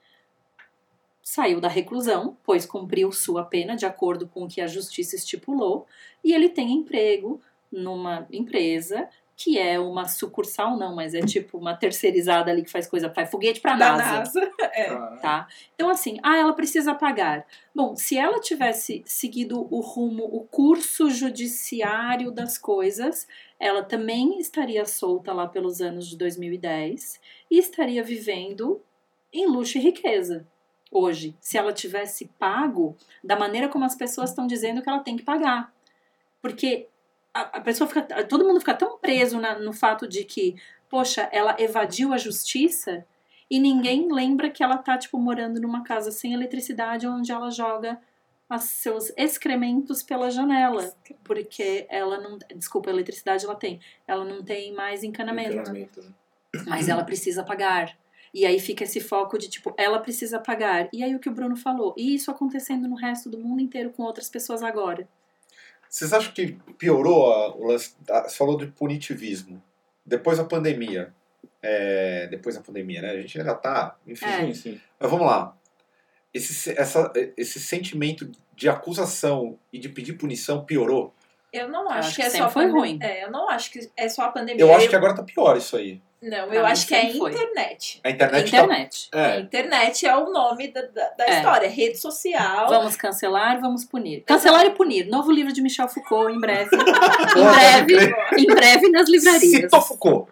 Saiu da reclusão, pois cumpriu sua pena de acordo com o que a justiça estipulou, e ele tem emprego numa empresa que é uma sucursal, não, mas é tipo uma terceirizada ali que faz foguete pra NASA. Tá? Então assim, ela precisa pagar. Bom, se ela tivesse seguido o curso judiciário das coisas, ela também estaria solta lá pelos anos de 2010 e estaria vivendo em luxo e riqueza. Hoje, se ela tivesse pago da maneira como as pessoas estão dizendo que ela tem que pagar. Porque a pessoa todo mundo fica tão preso no fato de que, poxa, ela evadiu a justiça e ninguém lembra que ela tá, tipo, morando numa casa sem eletricidade onde ela joga os seus excrementos pela janela. Porque ela não... Desculpa, a eletricidade ela não tem mais encanamento. Né? Mas ela precisa pagar. E aí fica esse foco de, tipo, ela precisa pagar. E aí o que o Bruno falou. E isso acontecendo no resto do mundo inteiro com outras pessoas agora. Vocês acham que piorou o lance? Você falou de punitivismo. Depois da pandemia. Depois da pandemia, né? A gente ainda tá... Enfim. Sim. Mas vamos lá. Esse sentimento de acusação e de pedir punição piorou? Eu não acho que é só foi ruim. Eu não acho que é só a pandemia. Eu acho que agora tá pior isso aí. Não, eu acho que é a internet. A internet. A internet é o nome da história. Rede social. Vamos cancelar, vamos punir. Cancelar e punir. Novo livro de Michel Foucault, em breve. em breve nas livrarias. Citou Foucault.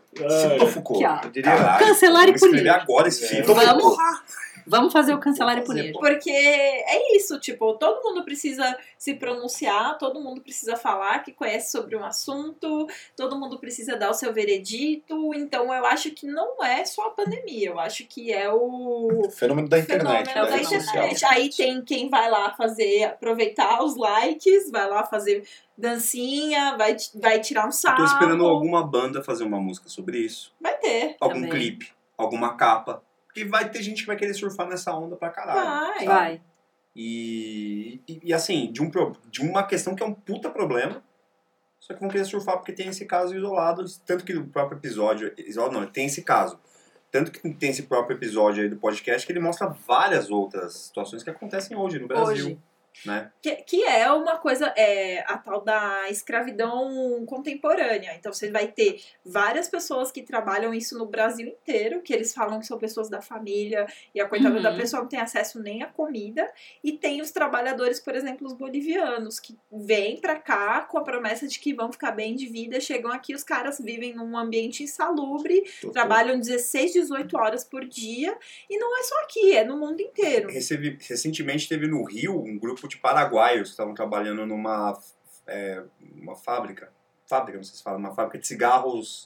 Cancelar e punir. Agora esse livro. Vamos fazer o cancelar e punir. Porque é isso, tipo, todo mundo precisa se pronunciar, todo mundo precisa falar que conhece sobre um assunto, todo mundo precisa dar o seu veredito, então eu acho que não é só a pandemia, eu acho que é o fenômeno da internet. Aí tem quem vai lá aproveitar os likes, vai lá fazer dancinha, vai tirar um sarro. Tô esperando alguma banda fazer uma música sobre isso. Vai ter. Algum clipe, alguma capa. Porque vai ter gente que vai querer surfar nessa onda pra caralho. Vai. E assim, de uma questão que é um puta problema, só que vão querer surfar porque tem esse caso isolado, tanto que no próprio episódio... tem esse caso. Tanto que tem esse próprio episódio aí do podcast que ele mostra várias outras situações que acontecem hoje no Brasil. Né? Que é uma coisa, a tal da escravidão contemporânea. Então você vai ter várias pessoas que trabalham isso no Brasil inteiro, que eles falam que são pessoas da família e a coitada da pessoa não tem acesso nem à comida. E tem os trabalhadores, por exemplo, os bolivianos, que vêm pra cá com a promessa de que vão ficar bem de vida, chegam aqui, os caras vivem num ambiente insalubre, trabalham 16, 18 horas por dia, e não é só aqui, é no mundo inteiro. Recentemente teve no Rio um grupo de paraguaios que estavam trabalhando numa uma fábrica, não sei se fala, uma fábrica de cigarros.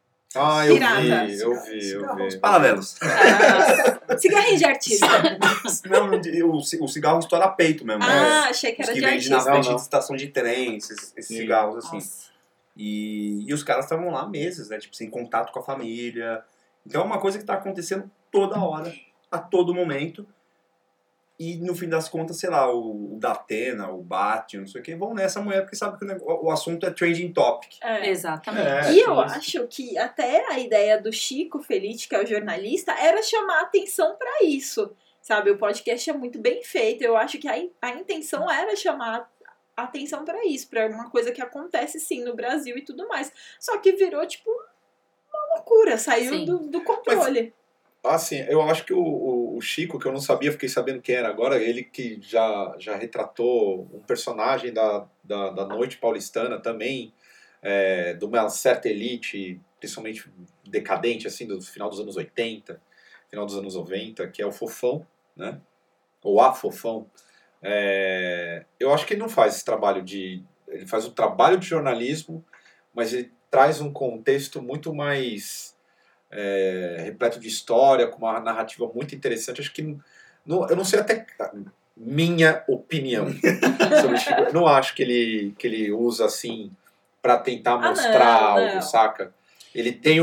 Eu vi. Paralelos. Cigarrinho de artista. Não, o cigarro estoura peito mesmo. Achei que era de artista. Na frente de estação de trem, esses cigarros assim. Nossa. E os caras estavam lá meses, né? Tipo, sem contato com a família. Então é uma coisa que tá acontecendo toda hora, a todo momento. E no fim das contas, sei lá, o Datena, o Bate, não sei o que, vão nessa mulher porque sabe que o assunto é trending topic. Exatamente. E eu acho que até a ideia do Chico Felitti, que é o jornalista, era chamar atenção pra isso. Sabe, o podcast é muito bem feito. Eu acho que a intenção era chamar atenção pra isso, pra uma coisa que acontece sim no Brasil e tudo mais. Só que virou, tipo, uma loucura, saiu do controle. Assim, eu acho que o Chico, que eu não sabia, fiquei sabendo quem era agora, ele que já retratou um personagem da noite paulistana também, de uma certa elite, principalmente decadente, assim, do final dos anos 80, final dos anos 90, que é o Fofão, né? Ou a Fofão. Eu acho que ele não faz esse trabalho ele faz um trabalho de jornalismo, mas ele traz um contexto muito mais repleto de história, com uma narrativa muito interessante. Acho que eu não sei, até minha opinião sobre o Chico. Eu não acho que ele usa assim para tentar mostrar algo, saca? Ele tem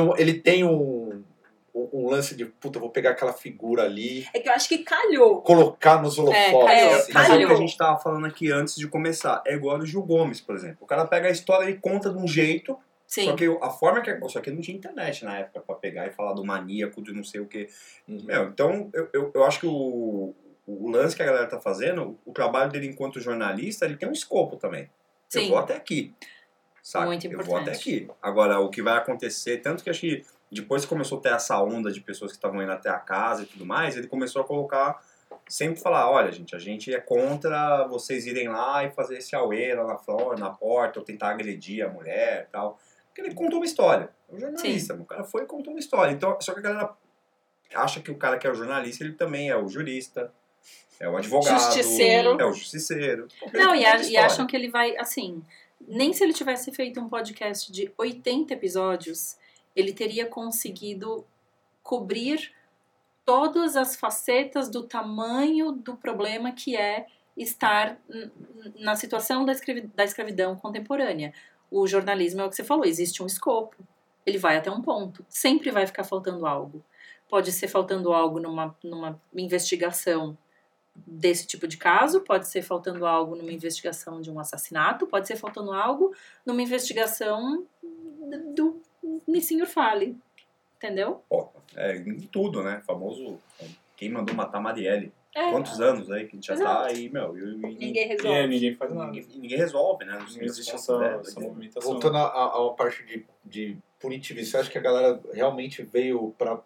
um lance de, puta, vou pegar aquela figura ali. É que eu acho que calhou. Colocar nos holofotes. Assim. Mas é o que a gente tava falando aqui antes de começar. É igual do Gil Gomes, por exemplo. O cara pega a história e conta de um jeito. Sim. Só que a forma só que não tinha internet na época pra pegar e falar do maníaco, de não sei o que. Então, eu acho que o lance que a galera tá fazendo, o trabalho dele enquanto jornalista, ele tem um escopo também. Sim. Eu vou até aqui. Sabe? Muito importante. Eu vou até aqui. Agora, o que vai acontecer, tanto que acho que depois que começou a ter essa onda de pessoas que estavam indo até a casa e tudo mais, ele começou a colocar, sempre falar, olha gente, a gente é contra vocês irem lá e fazer esse auê lá na porta, ou tentar agredir a mulher e tal. Porque ele contou uma história. É um jornalista, o cara foi e contou uma história. Então, só que a galera acha que o cara que é o jornalista, ele também é o jurista, é o advogado, Justiceiro. é o justiceiro. Não, e acham que ele vai, assim, nem se ele tivesse feito um podcast de 80 episódios, ele teria conseguido cobrir todas as facetas do tamanho do problema que é estar na situação da escravidão contemporânea. O jornalismo é o que você falou, existe um escopo. Ele vai até um ponto. Sempre vai ficar faltando algo. Pode ser faltando algo numa investigação desse tipo de caso, pode ser faltando algo numa investigação de um assassinato, pode ser faltando algo numa investigação do Nissinho Fale. Entendeu? Em tudo, né? Famoso quem mandou matar Marielle. Quantos anos aí que a gente já tá aí, Ninguém resolve. Ninguém faz nada. Ninguém resolve, né? Não existe essa movimentação. Voltando a uma parte de punitivismo, você acha que a galera realmente veio pra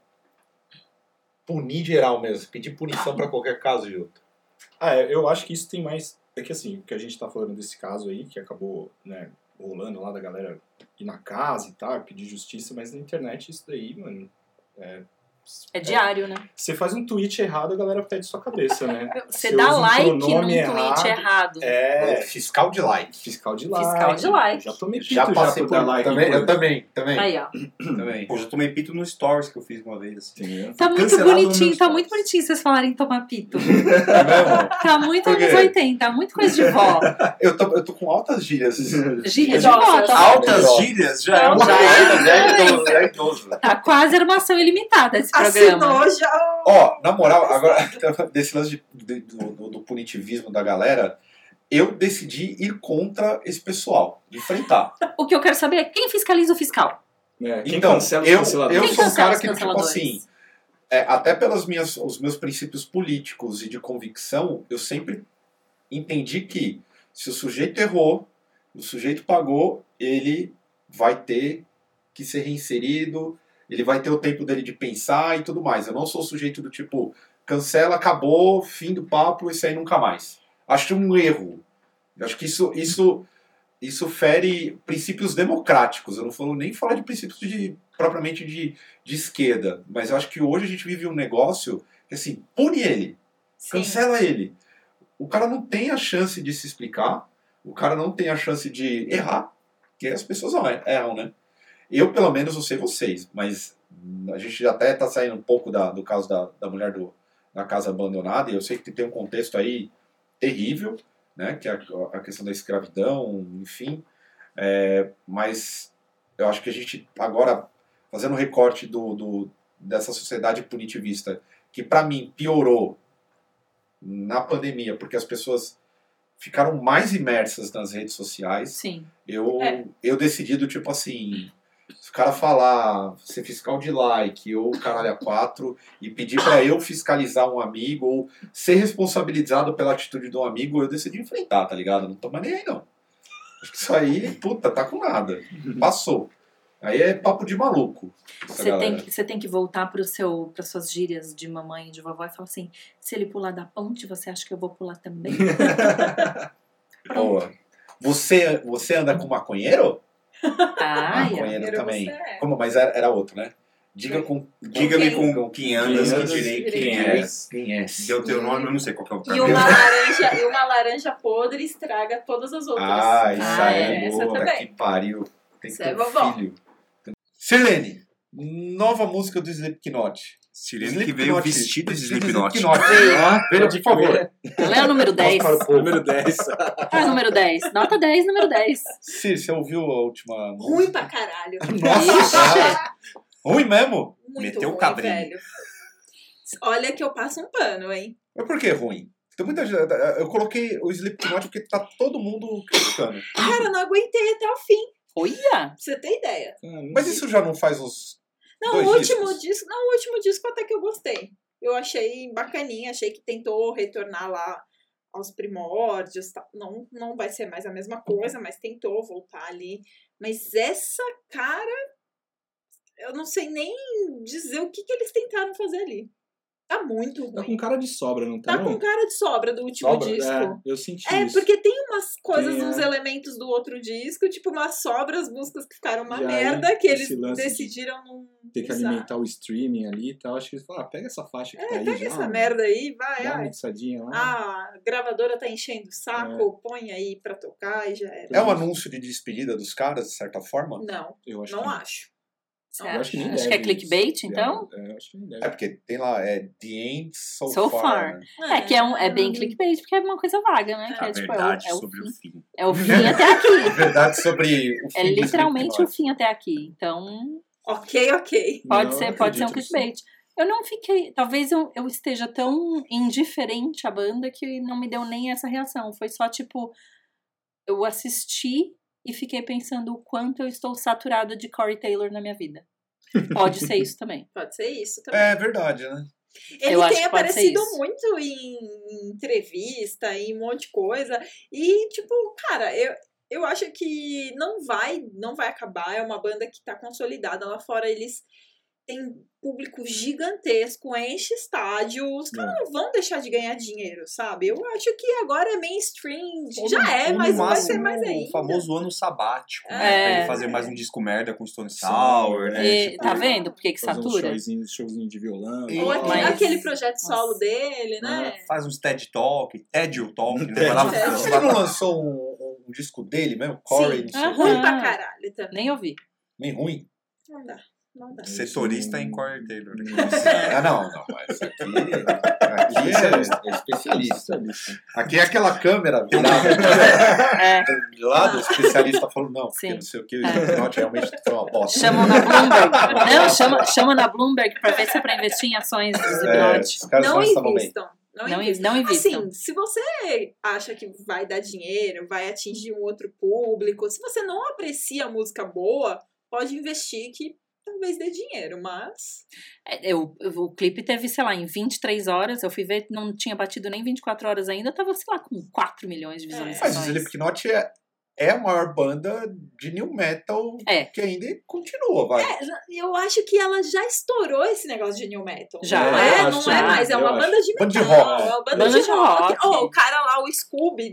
punir geral mesmo, pedir punição pra qualquer caso, Gilton? Eu acho que isso tem mais... É que assim, o que a gente tá falando desse caso aí, que acabou, né, rolando lá da galera ir na casa e tal, pedir justiça, mas na internet isso daí, mano... É diário, né? Você faz um tweet errado, a galera pede sua cabeça, né? Você dá like num tweet errado. Fiscal de like. Fiscal de like. Fiscal de like. Já tomei pito Já passei por dar like. Eu também. Aí, ó. Também. Pô, já tomei pito no stories que eu fiz uma vez, assim. Tá muito Cancelado bonitinho, nos tá stories. muito bonitinho vocês falarem tomar pito. É mesmo? Tá muito Por quê? anos 80, muito coisa de vó. Eu tô com altas gírias. Gíria de vó, tá? Altas gírias já é uma Já é idoso. Tá quase armação ilimitada esse programa. Assinou já Ó, na moral, agora, desse lance do punitivismo da galera, eu decidi ir contra esse pessoal, enfrentar. O que eu quero saber é quem fiscaliza o fiscal. Quem Então, cancela os eu canceladores? Quem sou um cancela cara os que, tipo canceladores? assim, até pelos meus princípios políticos e de convicção, eu sempre entendi que se o sujeito errou, o sujeito pagou, ele vai ter que ser reinserido, ele vai ter o tempo dele de pensar e tudo mais. Eu não sou o sujeito do tipo, cancela, acabou, fim do papo, isso aí nunca mais. Acho um erro. Eu acho que isso fere princípios democráticos. Eu não falo nem falar de princípios propriamente de esquerda, mas eu acho que hoje a gente vive um negócio que, assim, pune ele, cancela ele. O cara não tem a chance de se explicar, o cara não tem a chance de errar, porque as pessoas erram, né? Eu, pelo menos, não sei vocês, mas a gente já até está saindo um pouco do caso da mulher na casa abandonada, e eu sei que tem um contexto aí terrível, né, que é a questão da escravidão, enfim. Mas eu acho que a gente, agora, fazendo um recorte dessa sociedade punitivista, que pra mim piorou na pandemia, porque as pessoas ficaram mais imersas nas redes sociais. Sim. Eu decidi do tipo assim, se o cara falar, ser fiscal de like ou caralho a 4 e pedir pra eu fiscalizar um amigo ou ser responsabilizado pela atitude de um amigo, eu decidi enfrentar, tá ligado? Não tô mais nem aí, não. Acho que isso aí, puta, tá com nada. Passou. Aí é papo de maluco. Você tem que voltar para suas gírias de mamãe e de vovó e falar assim, se ele pular da ponte, você acha que eu vou pular também? Boa. Você anda com maconheiro? Maconheiro também. Você. Como? Mas era outro, né? Diga-me com quem andas, que direi quem é. Quem é? Deu teu nome, eu não sei qual que é o E caminho. uma laranja podre estraga todas as outras. Isso aí é essa boa. também. Que pariu. Tem que Isso ter é um vovó. filho. Sirlene, nova música do Slipknot. Sirene que veio vestido de Slipknot. Veja, por favor. Ela é o número 10. Número 10. Ah, número 10. Nota 10, número 10. Cir, você ouviu a última música? Ruim pra caralho. Nossa, ruim mesmo? Muito Meteu o ruim, cabrinho. velho. Olha que eu passo um pano, hein? Mas por que ruim? Tem muita gente, eu coloquei o Slipknot porque tá todo mundo criticando. Cara, eu não aguentei até o fim, Olha! pra você ter ideia. Mas isso já não faz uns Não, dois o último discos? disco, não, o último disco até que eu gostei. Eu achei bacaninha, achei que tentou retornar lá aos primórdios. Tá? Não vai ser mais a mesma coisa, mas tentou voltar ali. Mas essa cara, eu não sei nem dizer o que eles tentaram fazer ali. Tá muito ruim. Tá com cara de sobra, não tá? Tá com cara de sobra do último Sobra? disco. É, eu senti isso. Porque tem umas coisas, Tem, uns elementos do outro disco, tipo umas sobras, músicas que ficaram uma Já merda, que eles esse lance de decidiram não Ter que usar. alimentar o streaming ali e tal. Acho que eles falaram, pega essa faixa que tá aí Pega já. essa merda aí, vai, Dá uma ai. mixadinha lá. A gravadora tá enchendo o saco, põe aí pra tocar e já era. É um anúncio de despedida dos caras, de certa forma? Não, Eu acho não que acho. Você Eu acho que nem acha deve que é clickbait, isso. então? É, eu acho que nem É deve. porque tem lá, The End So, So Far. Far. Né? É que é bem clickbait, porque é uma coisa vaga, né? Que A é tipo, verdade é o sobre fim. o fim. É o fim até aqui. Verdade sobre o fim É do literalmente o Slipknot. fim até aqui. Então, Ok. pode Não, ser um acredito nisso. clickbait. Eu não fiquei. Talvez eu esteja tão indiferente à banda que não me deu nem essa reação. Foi só tipo. Eu assisti e fiquei pensando o quanto eu estou saturada de Corey Taylor na minha vida. Pode ser isso também. Pode ser isso também. É verdade, né? Ele Eu acho tem que pode ser aparecido isso. muito em entrevista, em um monte de coisa. E, tipo, cara, eu acho que não vai acabar. É uma banda que tá consolidada lá fora. Eles têm público gigantesco, enche estádio. Os caras não vão deixar de ganhar dinheiro, sabe? Eu acho que agora é mainstream. Já é, Ou no mas não vai máximo, ser mais ainda. O famoso ano sabático, né? É. Pra ele fazer mais um disco merda com Stone Sour, né? E, Tipo, tá vendo por que Fazer um satura? showzinho de violão. E- Ou Mas- aquele projeto solo Nossa. dele, né? Faz uns TED Talk, TED Talk, né? TED Vai lá, Talk. Ele não lançou um disco dele mesmo? Corey, não sei o Aham. quê. Ruim pra caralho também. Nem ouvi. Bem ruim. Não dá. Setorista em Corey Taylor. Ah, não, mas aqui é especialista. Aqui é aquela câmera virada É. de lado, o especialista falando, não, porque Sim. não sei o que, o Slipknot realmente foi uma bosta. Chamam na Bloomberg. Não, chama na Bloomberg pra ver se é pra investir em ações do Slipknot. Os caras Não não estavam bem. invistam. Não invistam. Assim, se você acha que vai dar dinheiro, vai atingir um outro público, se você não aprecia música boa, pode investir que talvez dê dinheiro, mas... O clipe teve, sei lá, em 23 horas, eu fui ver, não tinha batido nem 24 horas ainda, tava, sei lá, com 4 milhões de Mas o visualizações. Slipknot é a maior banda de new metal que ainda continua, vai. Eu acho que ela já estourou esse negócio de new metal. Já, Não é, eu não acho, é mais, é uma eu banda de metal. Banda de rock. É uma banda Banda de de rock. rock. Oh, o cara lá, o Scooby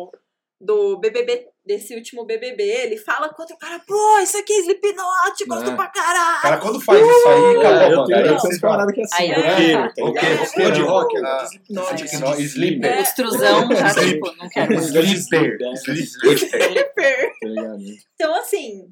do BBB, desse último BBB, ele fala contra o cara, pô, isso aqui é Slipknot, gosto pra caralho. Cara, quando faz isso aí, acabou a Eu banda. tenho Aí umas você paradas que é assim, Aí, roqueiro, tá ok, ligado? roqueiro. Fã de rock, Ah, Slipknot, Slipknot, Slipper. O extrusão já, tipo, não quero. Slipper. Slipper, Slipper. Super. tá ligado? Então, assim,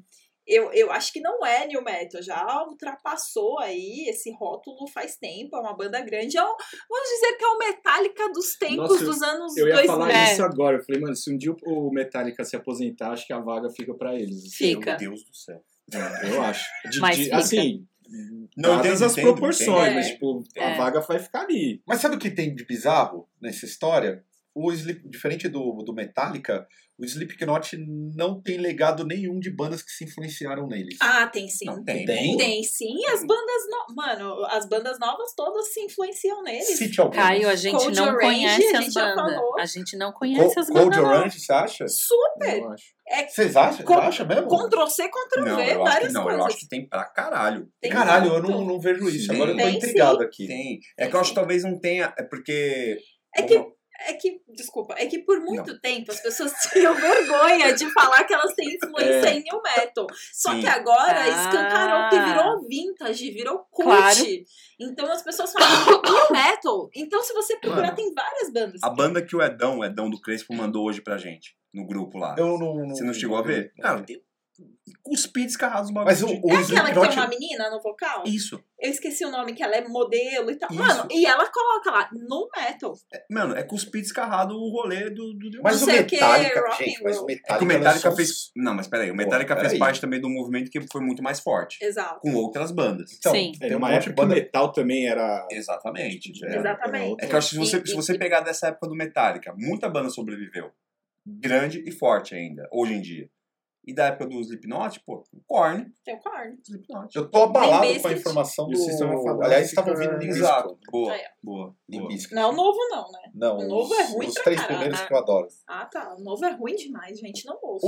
Eu acho que não é new metal, já ultrapassou aí esse rótulo faz tempo, é uma banda grande. Vamos dizer que é o Metallica dos tempos Nossa, dos anos Eu ia 2000. falar isso agora. Eu falei, mano, se um dia o Metallica se aposentar, acho que a vaga fica pra eles. Fica. Meu Deus do céu. Eu acho. Mas fica. Assim, Não, dadas as entendo, proporções, entendo. mas tipo, a É. vaga vai ficar ali. Mas sabe o que tem de bizarro nessa história? Diferente do Metallica, o Slipknot não tem legado nenhum de bandas que se influenciaram neles. Ah, tem sim. Não tem. Tem sim, as bandas Mano, as bandas novas todas se influenciam neles. Cite algumas. Caio, a gente Cold não Orange, conhece a as gente já bandas. falou. A gente não conhece as Cold bandas. não. Orange, você acha? Super. Eu acho. Vocês acham? Com- Acha mesmo? Ctrl-C, Ctrl-V, Não, eu acho que várias não. coisas. Eu acho que tem pra caralho. Tem Caralho, eu muito. não vejo isso. Sim. Agora eu tô Tem, intrigado aqui. Tem. É que eu acho que talvez não tenha. É porque. Desculpa, é que por muito tempo as pessoas tinham vergonha de falar que elas têm influência em new metal. Só Sim. que agora Ah. escancarou, porque virou vintage, virou cult. Claro. Então as pessoas falam new metal. Então se você procurar, Mano, tem várias bandas. A banda que o Edão do Crespo, mandou hoje pra gente, no grupo lá. Eu não. Você não chegou a ver? Cara, tem cuspidos escarrados no Mas bagulho. o É aquela que tem Slipknot. uma menina no vocal? Isso. Eu esqueci o nome, que ela é modelo e tal. Isso. Mano, e ela coloca lá, no metal. Mano, é cuspido escarrado o rolê do Mas Não o sei o que, Metallica, rock gente, and mas roll. o É Metallica. que o Metallica lançou fez. Não, mas peraí, o Porra, Metallica fez peraí. parte também do movimento que foi muito mais forte. Exato. Com outras bandas. Então, Sim. tem Numa um monte de época que o banda. metal também era. Exatamente. Exatamente. É que eu acho que se você pegar dessa época do Metallica, muita banda sobreviveu. Grande e forte ainda, hoje em dia. E da época do Slipknot, pô, Korn, Tem o Korn. Slipknot. Eu tô abalado Limp com a Bizkit. informação E o System of a do. Down Aliás, fica- estava ouvindo Limp Bizkit. Exato. Boa, Aí, boa. Limp boa. Bizkit. Não, o novo não, né? Não, O novo é ruim os pra três caralho. primeiros que eu adoro. Ah, tá. O novo é ruim demais, gente. Não ouço.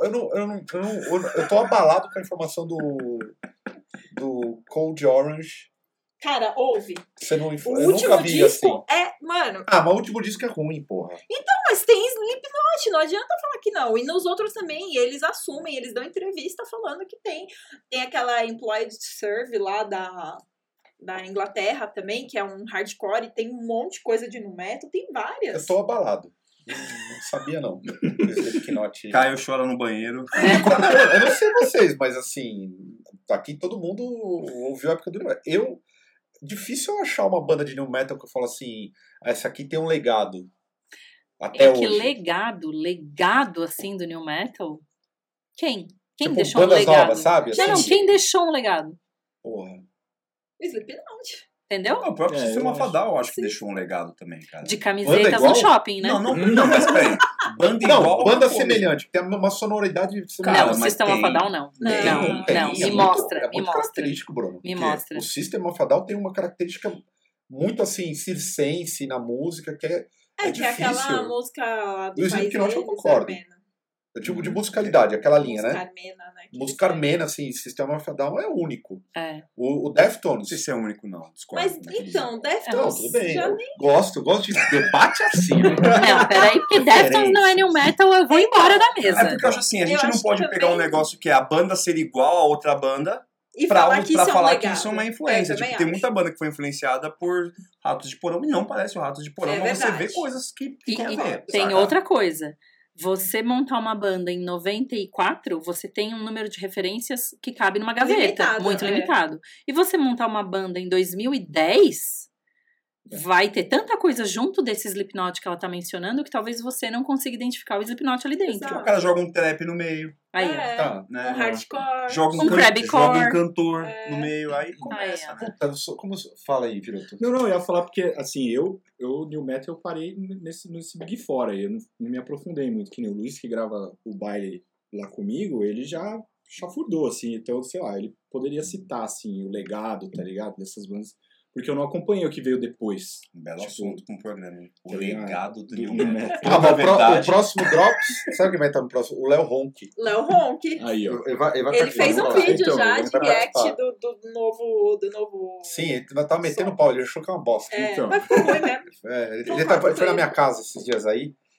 Eu tô abalado com a informação do Cold Orange. Cara, ouve. Você não, O eu último nunca vi disco assim. é... Mano, Ah, mas o último disco é ruim, porra. mas tem Slipknot. Não adianta falar que não. E nos outros também. E eles assumem. Eles dão entrevista falando que tem. Tem aquela Employed Serve lá da Inglaterra também, que é um hardcore. E tem um monte de coisa de nu metal. Tem várias. Eu tô abalado. Não sabia, não. Slipknot. Caio chora no banheiro. Eu não sei vocês, mas assim, aqui todo mundo ouviu a época do New Metal. Difícil eu achar uma banda de New Metal que eu falo assim, essa aqui tem um legado. Até É que hoje. legado assim do new metal? Quem? Quem Tipo, deixou um bandas legado? novas, sabe? Não, Assim, quem deixou um legado? porra. Slipknot. Entendeu? Não, o próprio É, Sistema eu Fadal, eu acho que Sim. deixou um legado também, cara. De camisetas igual? no shopping, né? Não, mas peraí. Banda Não, igual. banda pô, semelhante, tem uma sonoridade Não, semelhante. Cara, mas System of a tem. Down não. Não, Não, Tem, não. é Me muito- mostra, é me muito mostra. característico, Bruno. Me porque mostra. O System of a Down tem uma característica muito assim, circense na música, que é É, que é aquela difícil. música lá do Do país Slipknot eu deles, concordo. Armena. tipo de musicalidade, aquela linha, Música né? armena, né? que Música eles armena, assim, System of a Down é único. É. O Não Deftones. sei se é único, não. Discordo. Mas naquele então, Não, Deftones tudo bem. já Eu nem... gosto de debate assim, né? Não, peraí, porque Deftones não é new metal, eu vou embora da mesa. É porque eu acho assim, a Eu gente não acho pode que pegar um também- negócio que é a banda ser igual a outra banda E pra falar que isso é um falar legado. que isso é uma influência. Eu Tipo, também tem acho. muita banda que foi influenciada por Ratos de Porão e não parece o Ratos de Porão, É mas você verdade. vê coisas que E, tem a e ver. tem saca? outra coisa. Você montar uma banda em 94, você tem um número de referências que cabe numa gaveta. Limitado, muito é. limitado. E você montar uma banda em 2010, vai ter tanta coisa junto desse Slipknot que ela tá mencionando que talvez você não consiga identificar o Slipknot ali dentro. Exato. O cara joga um trap no meio, Aí, ó. É, Tá. né? um hardcore. Joga Um crabcore. joga um cantor É. no meio, aí começa, Aí, ó. né? Puta, como fala aí, Viroto? Não, eu ia falar porque, assim, eu New Metal, eu parei nesse Big Four aí, eu não me aprofundei muito, que nem o Luiz, que grava o baile lá comigo, ele já chafurdou, assim, então, sei lá, ele poderia citar, assim, o legado, tá ligado, dessas bandas, porque eu não acompanhei o que veio depois. Um belo Tipo, assunto pra um programa. hein? O tá ligado? legado do Do New New Metal. Metal. Ah, mas Na o verdade, próximo Drops, sabe quem vai estar no próximo? O Léo Ronk. Léo Ronk. Aí, ó. Ele fez um vídeo Então, já ele de vai react participar. do novo... Sim, ele tava metendo pau, ele achou que é uma bosta. É, Então. mas ficou ruim mesmo. É, ele Concordo foi com na minha ele. casa esses dias aí.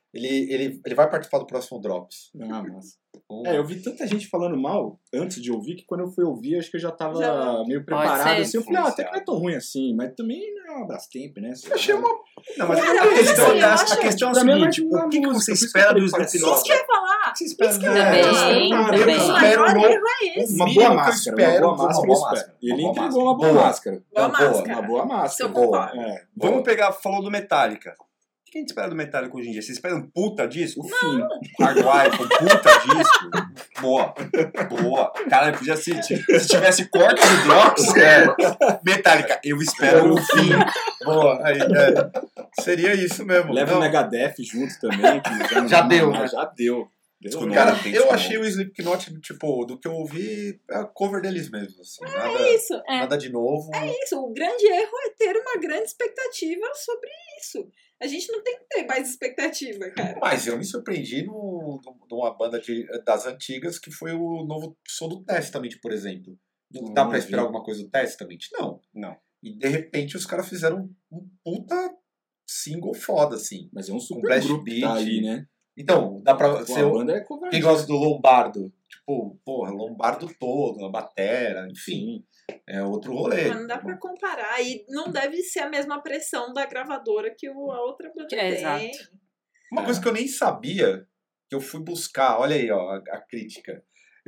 Ele vai participar do próximo Drops. Ah, massa. Eu vi tanta gente falando mal antes de ouvir que quando eu fui ouvir, acho que eu já tava meio preparado. ser. Assim, eu falei, até que não é tão ruim assim, mas também não é uma Brastemp, né? Eu achei uma... Não, mas Cara, a questão, assim, eu a acho- questão é o Pra mim é seguinte, mais o que uma você música, espera do por isso que eu Slipknot? Isso que eu ia falar. O que você espera do Também, Slipknot? também. Eu O espero maior no- erro é esse. Uma mínimo boa que eu máscara, espero uma boa de uma máscara, boa eu espero. máscara. E ele Uma entregou boa uma boa Boa. máscara. Boa Não, boa. máscara. Uma boa Isso eu máscara. concordo. É, Vamos pegar, falou do Metallica. O que a gente espera do Metallica hoje em dia? Você espera um puta disco? o fim. Hardwire, um puta disco? Boa. Boa. Cara, podia ser. Se tivesse corte de Drops, Metallica, eu espero o fim. Boa, aí, seria isso mesmo. Leva o Não, Megadeth junto também. Que Já deu, né? Já deu. Disco Deu. novo. Cara, Tem eu de achei novo. o Slipknot, tipo, do que eu ouvi, é a cover deles mesmo, assim. É isso. Nada de novo. Isso, o grande erro é ter uma grande expectativa sobre isso. A gente não tem que ter mais expectativa, cara. Mas eu me surpreendi numa banda das antigas que foi o novo som do Testament, por exemplo. Não dá pra esperar alguma coisa do Testament? Não. Não. E de repente os caras fizeram um puta single foda, assim. Mas é um Com super Blast grupo que tá Beat. aí, né? Então, dá pra Pô, ser. a banda é covarde. Quem gosta do Lombardo? Tipo, porra, Lombardo todo, a batera, enfim. É outro rolê. Mas não dá pra comparar. E não deve ser a mesma pressão da gravadora que a outra banda É, tem. exato. Uma coisa que eu nem sabia, que eu fui buscar, olha aí, ó, a crítica.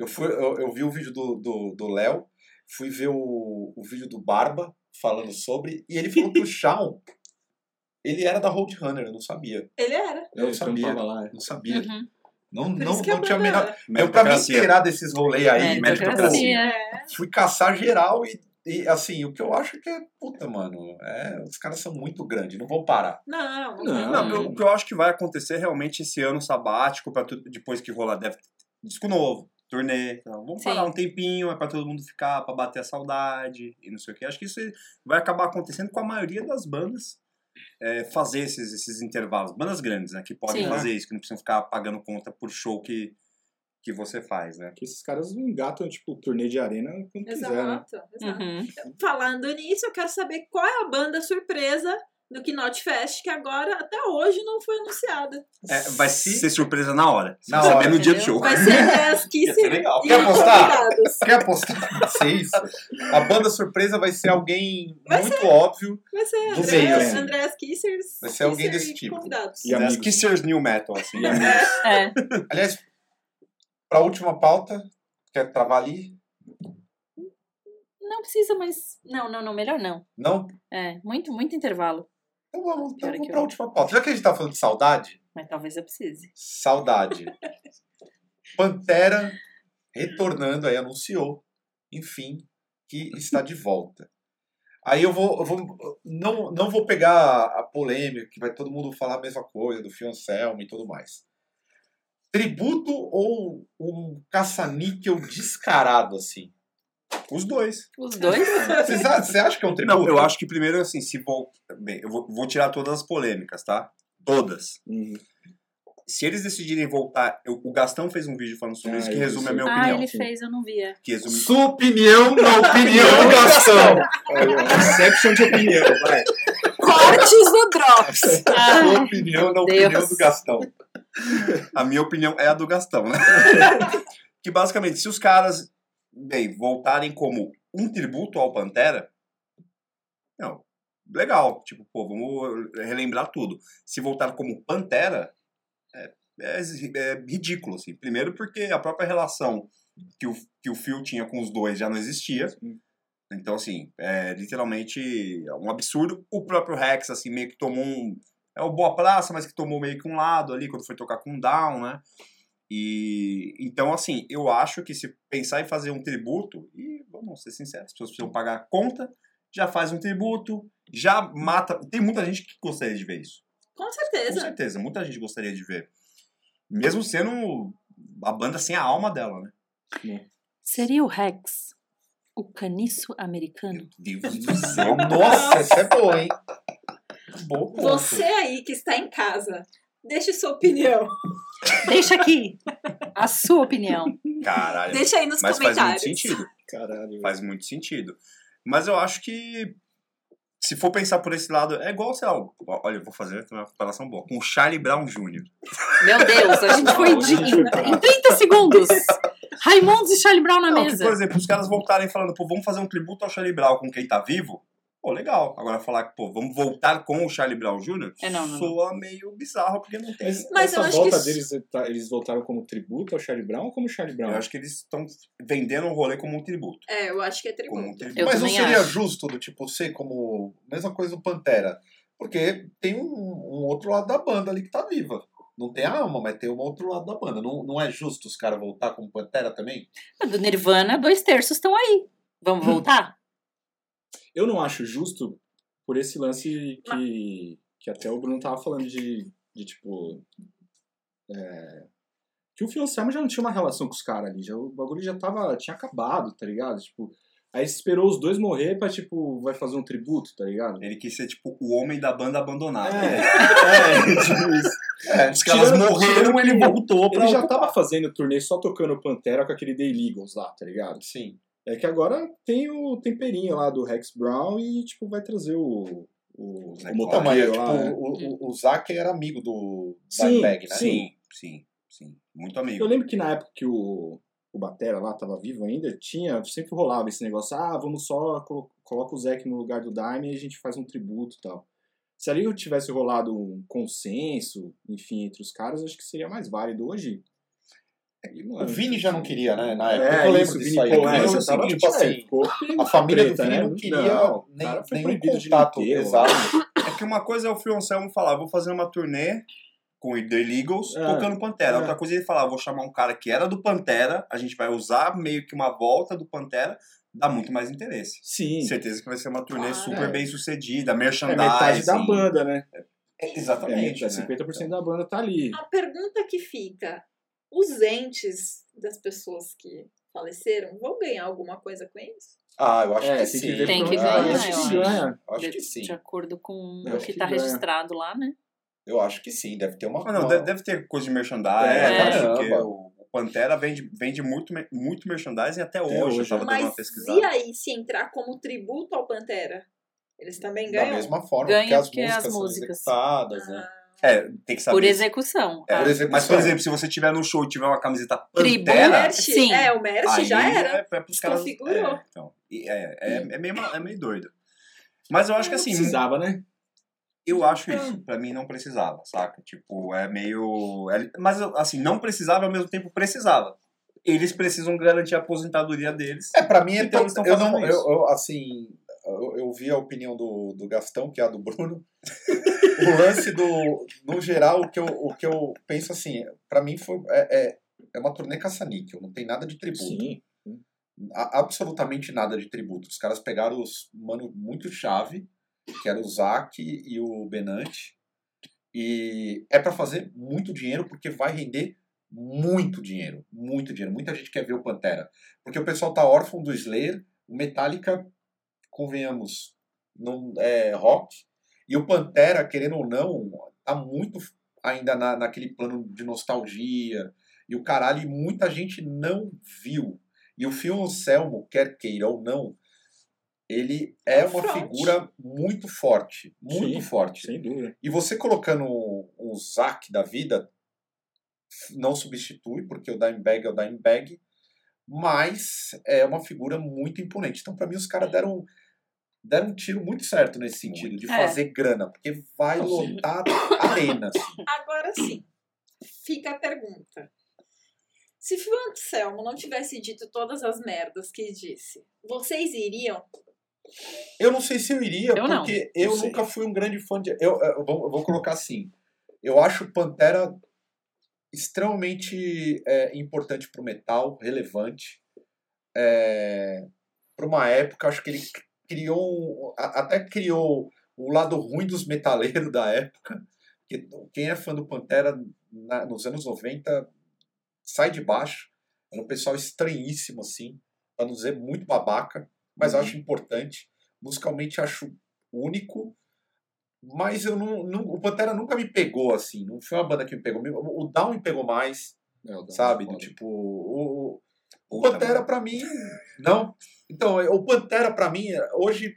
Eu vi o vídeo do Léo, fui ver o vídeo do Barba falando sobre, e ele falou que o Shawn, ele era da Roadrunner, eu não sabia. Ele era. Eu não Ele sabia. tampava lá. Não sabia. Uhum. Não, Por não, isso que a não tinha a banda- menor. Eu, pra me Meritocracia. inteirar desses rolês aí, Meritocracia. fui caçar geral e assim, o que eu acho é que é, puta, mano, os caras são muito grandes, não vão parar. Não. Não, o que eu acho que vai acontecer realmente esse ano sabático, pra tudo, depois que rolar, deve ter disco novo, turnê. Então, vamos Sim. parar um tempinho, é pra todo mundo ficar, pra bater a saudade e não sei o que. Acho que isso vai acabar acontecendo com a maioria das bandas. Fazer esses intervalos, bandas grandes, né, que podem Sim. fazer isso, que não precisam ficar pagando conta por show que você faz, né? Que esses caras engatam, tipo, turnê de arena quando quiser, né? Exato. Uhum. Falando nisso, eu quero saber qual é a banda surpresa do Knot Fest, que agora, até hoje, não foi anunciada. Vai ser surpresa na hora. Você Na vai saber hora, no dia do entendeu? show. Vai ser Andreas Ia Kisser ser legal. e Quer apostar? convidados. Quer apostar? Vai ser isso. A banda surpresa vai ser alguém Vai muito óbvio. Vai ser Do meio, assim. Andreas Kisser Vai ser alguém Kisser desse e tipo. convidados. E As amigos. Kissers New Metal, assim. E amigos. É. Aliás, pra última pauta, quer travar ali? Não precisa, mas. Não, melhor não. Não? Muito intervalo. Então vamos Pior é que pra eu- última pauta. Já que a gente tá falando de saudade, Mas talvez eu precise. saudade. Pantera retornando, aí anunciou, enfim, que está de volta. Aí eu não vou pegar a polêmica, que vai todo mundo falar a mesma coisa, do Phil Anselmo e tudo mais. Tributo ou um caça-níquel descarado, assim? Os dois. Os dois? Você acha que é um tributo? Não, eu acho que primeiro, assim, se volta. Bem, eu vou tirar todas as polêmicas, tá? Todas. Uhum. Se eles decidirem voltar. O Gastão fez um vídeo falando sobre isso que eu resume a vi. minha Ah, opinião. ele fez, eu não via. Que resume. Sua opinião na opinião do Gastão. Exception de opinião, vai. Cortes do Drops. Sua opinião na opinião Deus. do Gastão. A minha opinião é a do Gastão, né? Que basicamente, se os caras, bem, voltarem como um tributo ao Pantera, não, legal. Tipo, pô, vamos relembrar tudo. Se voltar como Pantera, é ridículo, assim. Primeiro porque a própria relação que o Phil tinha com os dois já não existia. Então, assim, literalmente um absurdo. O próprio Rex, assim, meio que tomou é o Boa Praça, mas que tomou meio que um lado ali quando foi tocar com o Down, né? E então, assim, eu acho que se pensar em fazer um tributo, e vamos ser sinceros, as pessoas precisam pagar a conta, já faz um tributo, já mata. Tem muita gente que gostaria de ver isso. Com Com certeza. certeza, muita gente gostaria de ver. Mesmo sendo a banda sem a alma dela, né? Seria o Rex o caniço americano? Meu Deus do céu. Nossa, essa é boa, hein? Boa, ponto. Você aí que está em casa, deixe sua opinião. Deixa aqui a sua opinião. Caralho. Deixa aí nos Mas faz muito comentários. sentido. Caralho. Faz muito sentido. Mas eu acho que se for pensar por esse lado, é igual, sei lá, olha, eu vou fazer uma comparação boa, com o Charlie Brown Jr. Meu Deus, a gente foi em 30 segundos. Raimundos e Charlie Brown na Não, que, mesa. por exemplo, os caras voltarem falando, pô, vamos fazer um tributo ao Charlie Brown com quem tá vivo, pô, legal. Agora falar que, pô, vamos voltar com o Charlie Brown Jr. Não. soa meio bizarro, porque não tem... Mas eu essa acho volta que deles, eles voltaram como tributo ao Charlie Brown ou como Charlie Brown? Eu acho que eles estão vendendo o rolê como um tributo. eu acho que é Como um tributo. tributo. Eu Mas não também seria acho. justo do tipo ser como. Mesma coisa do Pantera. Porque tem um outro lado da banda ali que tá viva. Não tem a alma, mas tem um outro lado da banda. Não é justo os caras voltar como Pantera também? Do Nirvana, 2/3 estão aí. Vamos voltar? Eu não acho justo por esse lance que até o Bruno tava falando de tipo... que o Phil Anselmo já não tinha uma relação com os caras ali. O bagulho já tinha acabado, tá ligado? Tipo, aí esperou os dois morrer pra, tipo, vai fazer um tributo, tá ligado? Ele quis ser, tipo, o homem da banda abandonada. Tipo isso. Os caras morreram, ele voltou pra Ele já ocupar. tava fazendo turnê só tocando Pantera com aquele The Illegals lá, tá ligado? Sim. É que agora tem o temperinho lá do Rex Brown e, tipo, vai trazer o Não, mas motoqueiro tipo, lá, né? o Zack era amigo do Sim, Dimebag, né? sim. Sim. Muito amigo. Eu lembro que na época que o Batera lá tava vivo ainda, sempre rolava esse negócio, vamos só, coloca o Zack no lugar do Dime e a gente faz um tributo e tal. Se ali tivesse rolado um consenso, enfim, entre os caras, eu acho que seria mais válido hoje. O Vini já não queria, né? Na época. Eu lembro isso, disso Vini aí. Paul, Mas, já assim, tava, tipo assim, a família do Vini não queria nenhum contato. Exato. É que uma coisa é o Phil Anselmo falar, vou fazer uma turnê com o The Illegals tocando Pantera. Outra coisa é ele falar, vou chamar um cara que era do Pantera, a gente vai usar meio que uma volta do Pantera, dá muito mais interesse. Sim. Certeza que vai ser uma turnê Claro. super bem sucedida, merchandising. Metade da banda, né? Exatamente. 50% da banda tá ali. A pergunta que fica, os entes das pessoas que faleceram vão ganhar alguma coisa com isso? Eu acho que tem sim. que ver Tem que pra- ganhar, eu eu acho que acho. ganha. Acho que sim. De acordo com Eu o acho que que tá ganha. registrado lá, né? Eu acho que sim. Deve ter uma... Ah, não, deve ter coisa de merchandising, caramba. porque o Pantera vende muito merchandising até hoje. Eu tava dando uma Mas pesquisada. e aí, se entrar como tributo ao Pantera? Eles também Da ganham? mesma forma, Ganha porque porque as as músicas músicas. são executadas, né? Tem que saber. Por execução. É, Por execução. mas, por exemplo, se você tiver no show e tiver uma camiseta Tributo. O Pantera, Merch, Sim. o Merch aí já era. é pros caras. Desconfigurou. Então, é meio doido. Mas eu acho que assim, Precisava, né? eu acho isso. Pra mim não precisava, saca? Tipo, é meio. Mas assim, não precisava e ao mesmo tempo precisava. Eles precisam garantir a aposentadoria deles. Pra mim, Então eles estão eu fazendo não, isso. assim, eu vi a opinião do Gastão, que é a do Bruno. O lance no geral, o que eu penso assim, pra mim é uma turnê caça-níquel, não tem nada de tributo. Sim. Absolutamente nada de tributo. Os caras pegaram os mano muito chave, que era o Zack e o Benante, e é pra fazer muito dinheiro, porque vai render muito dinheiro, muito dinheiro. Muita gente quer ver o Pantera, porque o pessoal tá órfão do Slayer, o Metallica, convenhamos, não é rock, e o Pantera, querendo ou não, tá muito ainda naquele plano de nostalgia, e o caralho, e muita gente não viu. E o Phil Anselmo, quer queira ou não, ele é uma Front. figura muito forte, muito Sim, forte. Sem dúvida. E você colocando um Zack da vida, não substitui, porque o Dimebag é o Dimebag, mas é uma figura muito imponente. Então, pra mim, os caras deram um tiro muito certo nesse sentido, de fazer grana, porque vai lotar arenas. Agora sim, fica a pergunta. Se Phil Anselmo não tivesse dito todas as merdas que disse, vocês iriam? Eu não sei se eu iria, Eu não. porque eu Não sei. nunca fui um grande fã de... Eu vou colocar assim, eu acho Pantera extremamente importante pro metal, relevante. Para uma época, acho que ele até criou o lado ruim dos metaleiros da época. Porque quem é fã do Pantera nos anos 90 sai de baixo. Era um pessoal estranhíssimo, assim, para não dizer muito babaca, mas eu acho importante. Musicalmente acho único, mas eu o Pantera nunca me pegou assim, não foi uma banda que me pegou. O Down me pegou mais, sabe? Do tipo, o Pantera pra mim, não. Então, o Pantera pra mim, hoje,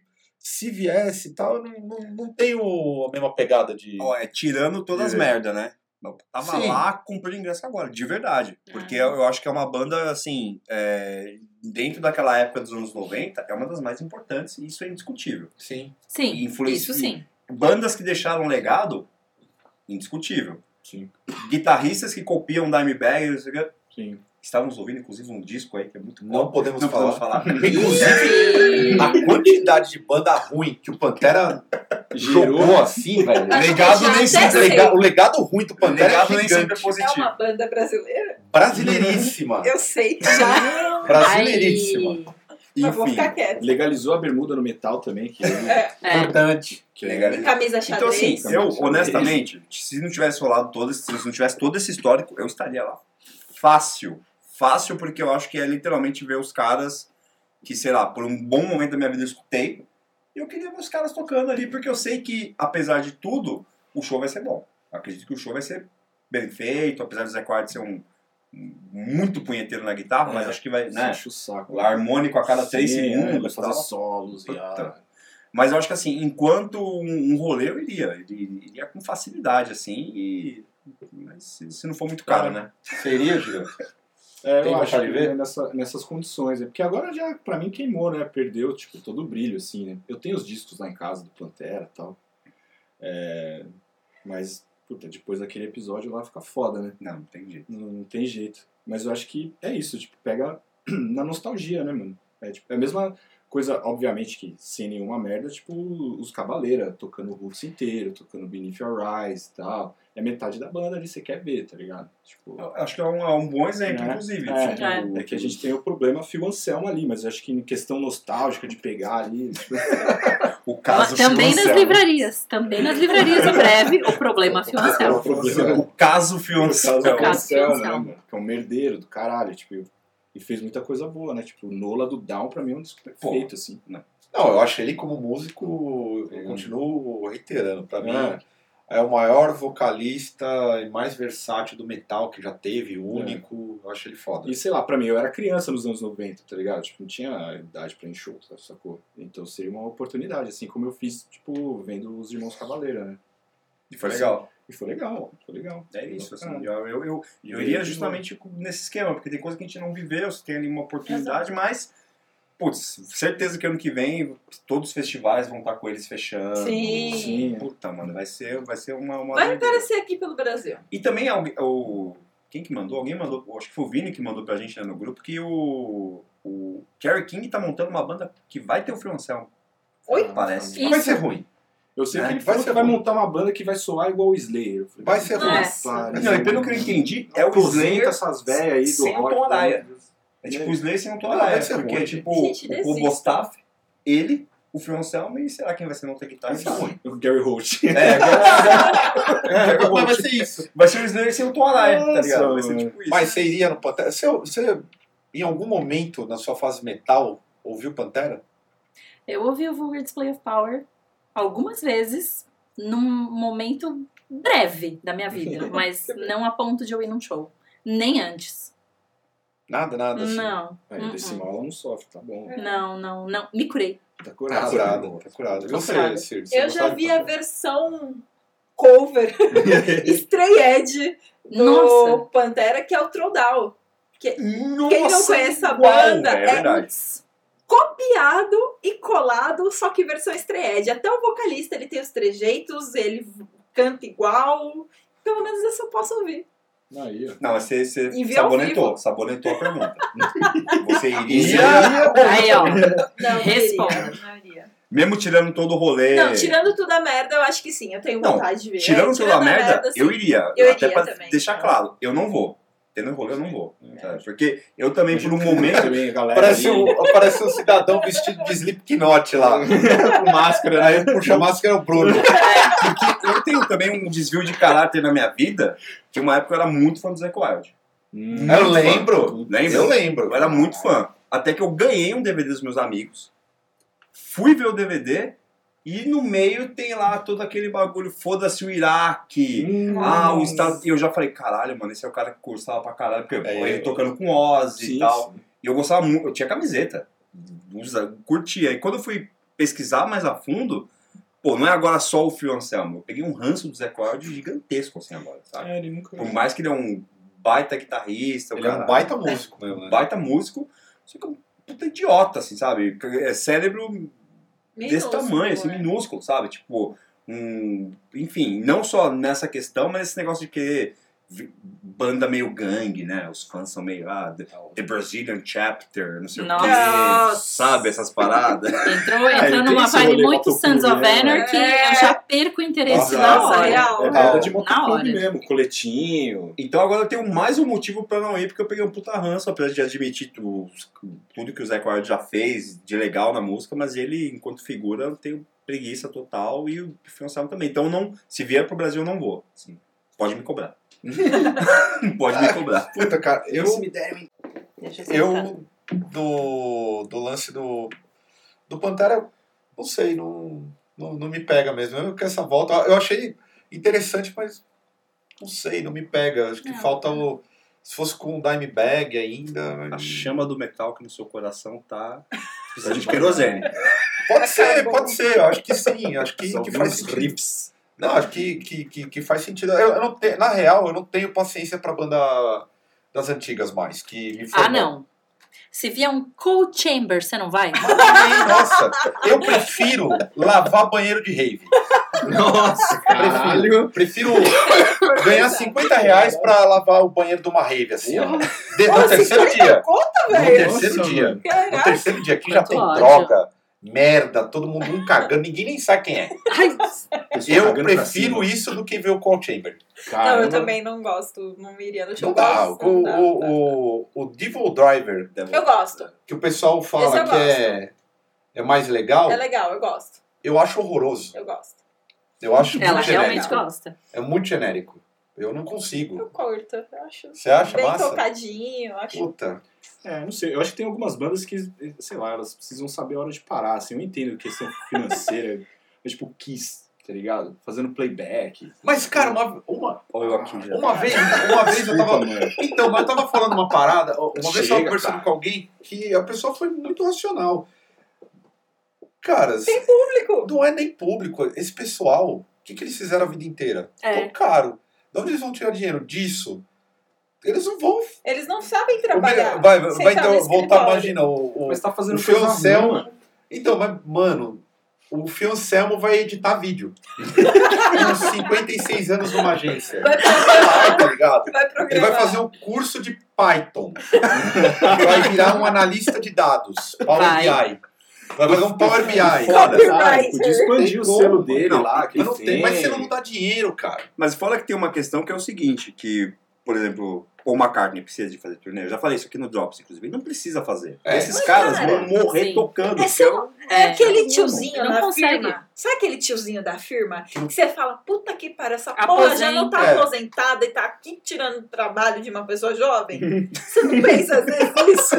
se viesse e tal, eu não tenho a mesma pegada de... Tirando todas as merdas, né? Eu tava Sim. lá comprando ingresso agora, de verdade. Porque eu acho que é uma banda, assim, dentro daquela época dos anos 90, é uma das mais importantes, e isso é indiscutível. Sim. Sim, Influência- isso sim. Bandas que deixaram legado, indiscutível. Sim, Guitarristas que copiam Dimebag, não sei o quê. sim. Estávamos ouvindo, inclusive, um disco aí que é muito Não bom. podemos Não falar. podemos falar. Inclusive, a quantidade de banda ruim que o Pantera jogou assim, velho. Acho que Legado eu já nem até sempre sei. O legado ruim do O Pantera legado é nem sempre é gigante. É positivo. uma banda brasileira? Brasileiríssima. Eu sei que já. Brasileiríssima. Mas vou Enfim, ficar quieta. Legalizou a bermuda no metal também, que É. Importante. que Legal. E camisa xadrez. Então, assim, eu, Camisa honestamente, se não tivesse rolado se não tivesse todo esse histórico, eu estaria lá. Fácil. Fácil, porque eu acho que é literalmente ver os caras que, sei lá, por um bom momento da minha vida eu escutei, e eu queria ver os caras tocando ali, porque eu sei que, apesar de tudo, o show vai ser bom. Eu acredito que o show vai ser bem feito, apesar do Zé Quart ser muito punheteiro na guitarra, mas acho que vai, né, enche o saco. harmônico a cada 3 Sim, segundos vai e fazer tal. solos e Puta. Mas eu acho que assim, enquanto um rolê eu iria com facilidade, assim, mas se não for muito caro, né? Seria, Gil? Tem eu acho vontade que de ver? nessas condições. Porque agora já, pra mim, queimou, né? Perdeu, tipo, todo o brilho, assim, né? Eu tenho os discos lá em casa do Pantera e tal. Mas, puta, depois daquele episódio lá fica foda, né? Não tem jeito. Não tem jeito. Mas eu acho que é isso, tipo, pega na nostalgia, né, mano? É a mesma coisa, obviamente, que sem nenhuma merda, tipo, os Cavaleira tocando o Roots inteiro, tocando Beneath Your Eyes e tal. É metade da banda ali, você quer ver, tá ligado? Tipo, Eu acho que é um bom exemplo, né? inclusive. É que a gente tem o problema Phil Anselmo ali, mas eu acho que em questão nostálgica de pegar ali. Tipo, O caso Também Phil nas Anselmo. livrarias. Também nas livrarias em breve. O problema Phil Anselmo. O caso Phil o Anselmo. caso caso Phil Anselmo, né, Anselmo. mano? Que é um merdeiro do caralho, tipo, e fez muita coisa boa, né? Tipo, o Nola do Down pra mim é um disco perfeito, assim. Não, eu acho ele como músico, eu continuo reiterando, pra mim é o maior vocalista e mais versátil do metal que já teve, único, eu acho ele foda. E sei lá, pra mim, eu era criança nos anos 90, tá ligado? Tipo, não tinha idade pra ir em show, sacou? Então seria uma oportunidade, assim como eu fiz, tipo, vendo os Irmãos Cavaleira, né? E foi legal. E foi legal, foi legal. É isso, assim, Caralho. eu Eu iria ia justamente nesse esquema, porque tem coisa que a gente não viveu, você tem ali uma oportunidade, mas, putz, certeza que ano que vem todos os festivais vão estar com eles fechando. Sim. Sim, Puta, mano, vai ser uma Vai doideira. aparecer aqui pelo Brasil. E também quem que mandou? Alguém mandou, acho que foi o Vini que mandou pra gente, né, no grupo, que o Kerry King tá montando uma banda que vai ter o Phil Anselmo. Oi? Parece. Isso. Vai ser ruim. Eu sei que ele Vai falou ser que vai bom. montar uma banda que vai soar igual o Slayer. Eu falei, Vai ser puta ruim. que pariu. Não, e pelo que eu entendi, é o Aposenta Slayer essas velhas aí do sem o rock. Tom Araya. né? É tipo o Slayer sem o Tom Não, Araya, vai ser porque ruim. é tipo Gente, o Paul desista. Bostaff, ele, o Phil Anselmo e sei lá quem vai ser na outra guitarra. Vai ser ruim. O Gary Holt. Mas vai ser isso. Vai ser o Slayer sem o Tom Araya, tá ligado? Nossa, Vai ser mano. tipo isso. Mas você iria no Pantera? Você, em algum momento na sua fase metal, ouviu Pantera? Eu ouvi o Vulgar Display of Power algumas vezes, num momento breve da minha vida, mas não a ponto de eu ir num show. Nem antes. Nada assim. Não. Aí, desse mal ela não sofre, tá bom. Não. Me curei. Tá Tá curado. curado. Tô Você, curada. Cir, você Eu já gostava de vi a Pantera? versão cover Stray Edge do Nossa. Pantera, que é o Throwdown. Nossa, Quem não conhece a igual, banda é é verdade. copiado e colado, só que versão Stray Edge. Até o vocalista ele tem os trejeitos, ele canta igual. Pelo menos essa eu posso ouvir. Aí, ó. Não, mas você Envia ao sabonetou a pergunta. Você iria, Aí, ó. Não, Responda. Não iria. mesmo tirando todo o rolê... Não, tirando tudo a merda, eu acho que sim. Eu tenho Não, vontade de ver. Tirando toda a merda, sim. eu iria. Eu até iria pra também. deixar claro, eu não vou. Tendo rolê, eu não vou. Sabe? Porque eu também, por um momento... Também, a galera Parece ali, parece um cidadão vestido de Slipknot lá. Com máscara, né? Aí puxa a máscara é o Bruno. Porque eu tenho também um desvio de caráter na minha vida, que uma época eu era muito fã do Zac Wild. Eu lembro. Lembra? Eu lembro. Eu era muito fã. Até que eu ganhei um DVD dos meus amigos, fui ver o DVD, e no meio tem lá todo aquele bagulho, foda-se o Iraque, o Estado... E eu já falei, caralho, mano, esse é o cara que gostava pra caralho, porque ele tocando com Ozzy e tal. Sim. E eu gostava muito, eu tinha camiseta, curtia. E quando eu fui pesquisar mais a fundo, pô, não é agora só o Phil Anselmo. Eu peguei um ranço do Zé Quad gigantesco assim agora, sabe? Ele nunca... Por mais que ele é um baita guitarrista, Ele é um baita músico mesmo, né? baita músico, só que é um puta idiota, assim, sabe? É cérebro desse tamanho, assim, minúsculo, sabe? Tipo, enfim, não só nessa questão, mas esse negócio de que banda meio gangue, né? Os fãs são meio, The Brazilian Chapter, não sei o quê, sabe? Essas paradas. Entrou numa vibe muito Sons of Anarchy, eu já perco o interesse na hora. Real. É banda de Na motoclube hora. mesmo, coletinho. Então agora eu tenho mais um motivo pra não ir, porque eu peguei um puta ranço, apesar de admitir tudo que o Zé Ward já fez de legal na música, mas ele, enquanto figura, eu tenho preguiça total e o Phil Anselmo também. Então, se vier pro Brasil, eu não vou. Assim, pode me cobrar. Pode me cobrar. Puta, cara, Se me derem... eu do lance do Pantera, não sei, não me pega mesmo. Eu que essa volta, eu achei interessante, mas não sei, não me pega. Acho que falta se fosse com o Dimebag ainda. A chama do metal que no seu coração tá precisando de querosene. Pode ser, eu acho que sim, acho que faz sentido. Riffs. Não, acho que faz sentido. Eu não tenho, na real, eu não tenho paciência pra banda das antigas mais, que me formou. Não. Se vier um Cold Chamber, você não vai? Nossa, eu prefiro lavar banheiro de rave. Nossa, caralho. Prefiro ganhar R$50 pra lavar o banheiro de uma rave, assim, ó. No terceiro dia. Conta, No velho. terceiro dia. Caraca. No terceiro dia, aqui já Quanto tem ódio. droga, merda, todo mundo um cagando, ninguém nem sabe quem é. Ai, Eu prefiro isso do que ver o Cold Chamber. Não, eu também não gosto, não iria no show. Não dá. Não dá. O Devil Driver, Eu gosto. que o pessoal Esse fala eu que é mais legal, É legal, eu gosto. eu acho horroroso. Eu gosto. Eu acho ela muito realmente genérico. gosta. É muito genérico. Eu não consigo. Eu curto. Eu acho Você acha bem massa? tocadinho. Eu acho. Puta. Não sei. Eu acho que tem algumas bandas que, sei lá, elas precisam saber a hora de parar, assim. Eu entendo questão financeira, mas, tipo, Kiss, tá ligado? Fazendo playback. Mas, cara, uma Olha eu aqui já. vez eu tava... Então, mas eu tava falando uma parada, uma vez eu tava Chega, conversando cara. com alguém que a pessoa foi muito racional. Cara, Público. não é nem público. Esse pessoal, o que eles fizeram a vida inteira? É. Tão caro. De onde eles vão tirar dinheiro disso? Eles não vão... Eles não sabem trabalhar. Vai Sentar então, no voltar, escritório. imagina, Mas tá fazendo o Phil coisa Anselmo... ruim, mano. Então, mas, mano, o Phil Anselmo vai editar vídeo. Tem uns 56 anos numa agência. Vai programar. Tá ligado? Vai Ele programar. vai fazer um curso de Python. Vai virar um analista de dados. Power Vai. BI. Vai fazer um Power BI. Foda, Copyright. sabe? Podia expandir o Tem selo como, dele não, lá, que Mas, ele não tem, mas você não tem. dá dinheiro, cara. Mas fora que tem uma questão que é o seguinte, que, por exemplo, Paul McCartney precisa de fazer turnê. Eu já falei isso aqui no Drops, inclusive. Ele não precisa fazer. É. Esses caras cara, vão morrer sim. tocando. É aquele tiozinho não da consegue. firma. Sabe aquele tiozinho da firma? Que você fala, puta que pariu, essa porra já não tá Aposenta. aposentada e tá aqui tirando o trabalho de uma pessoa jovem? Você não pensa às vezes nisso?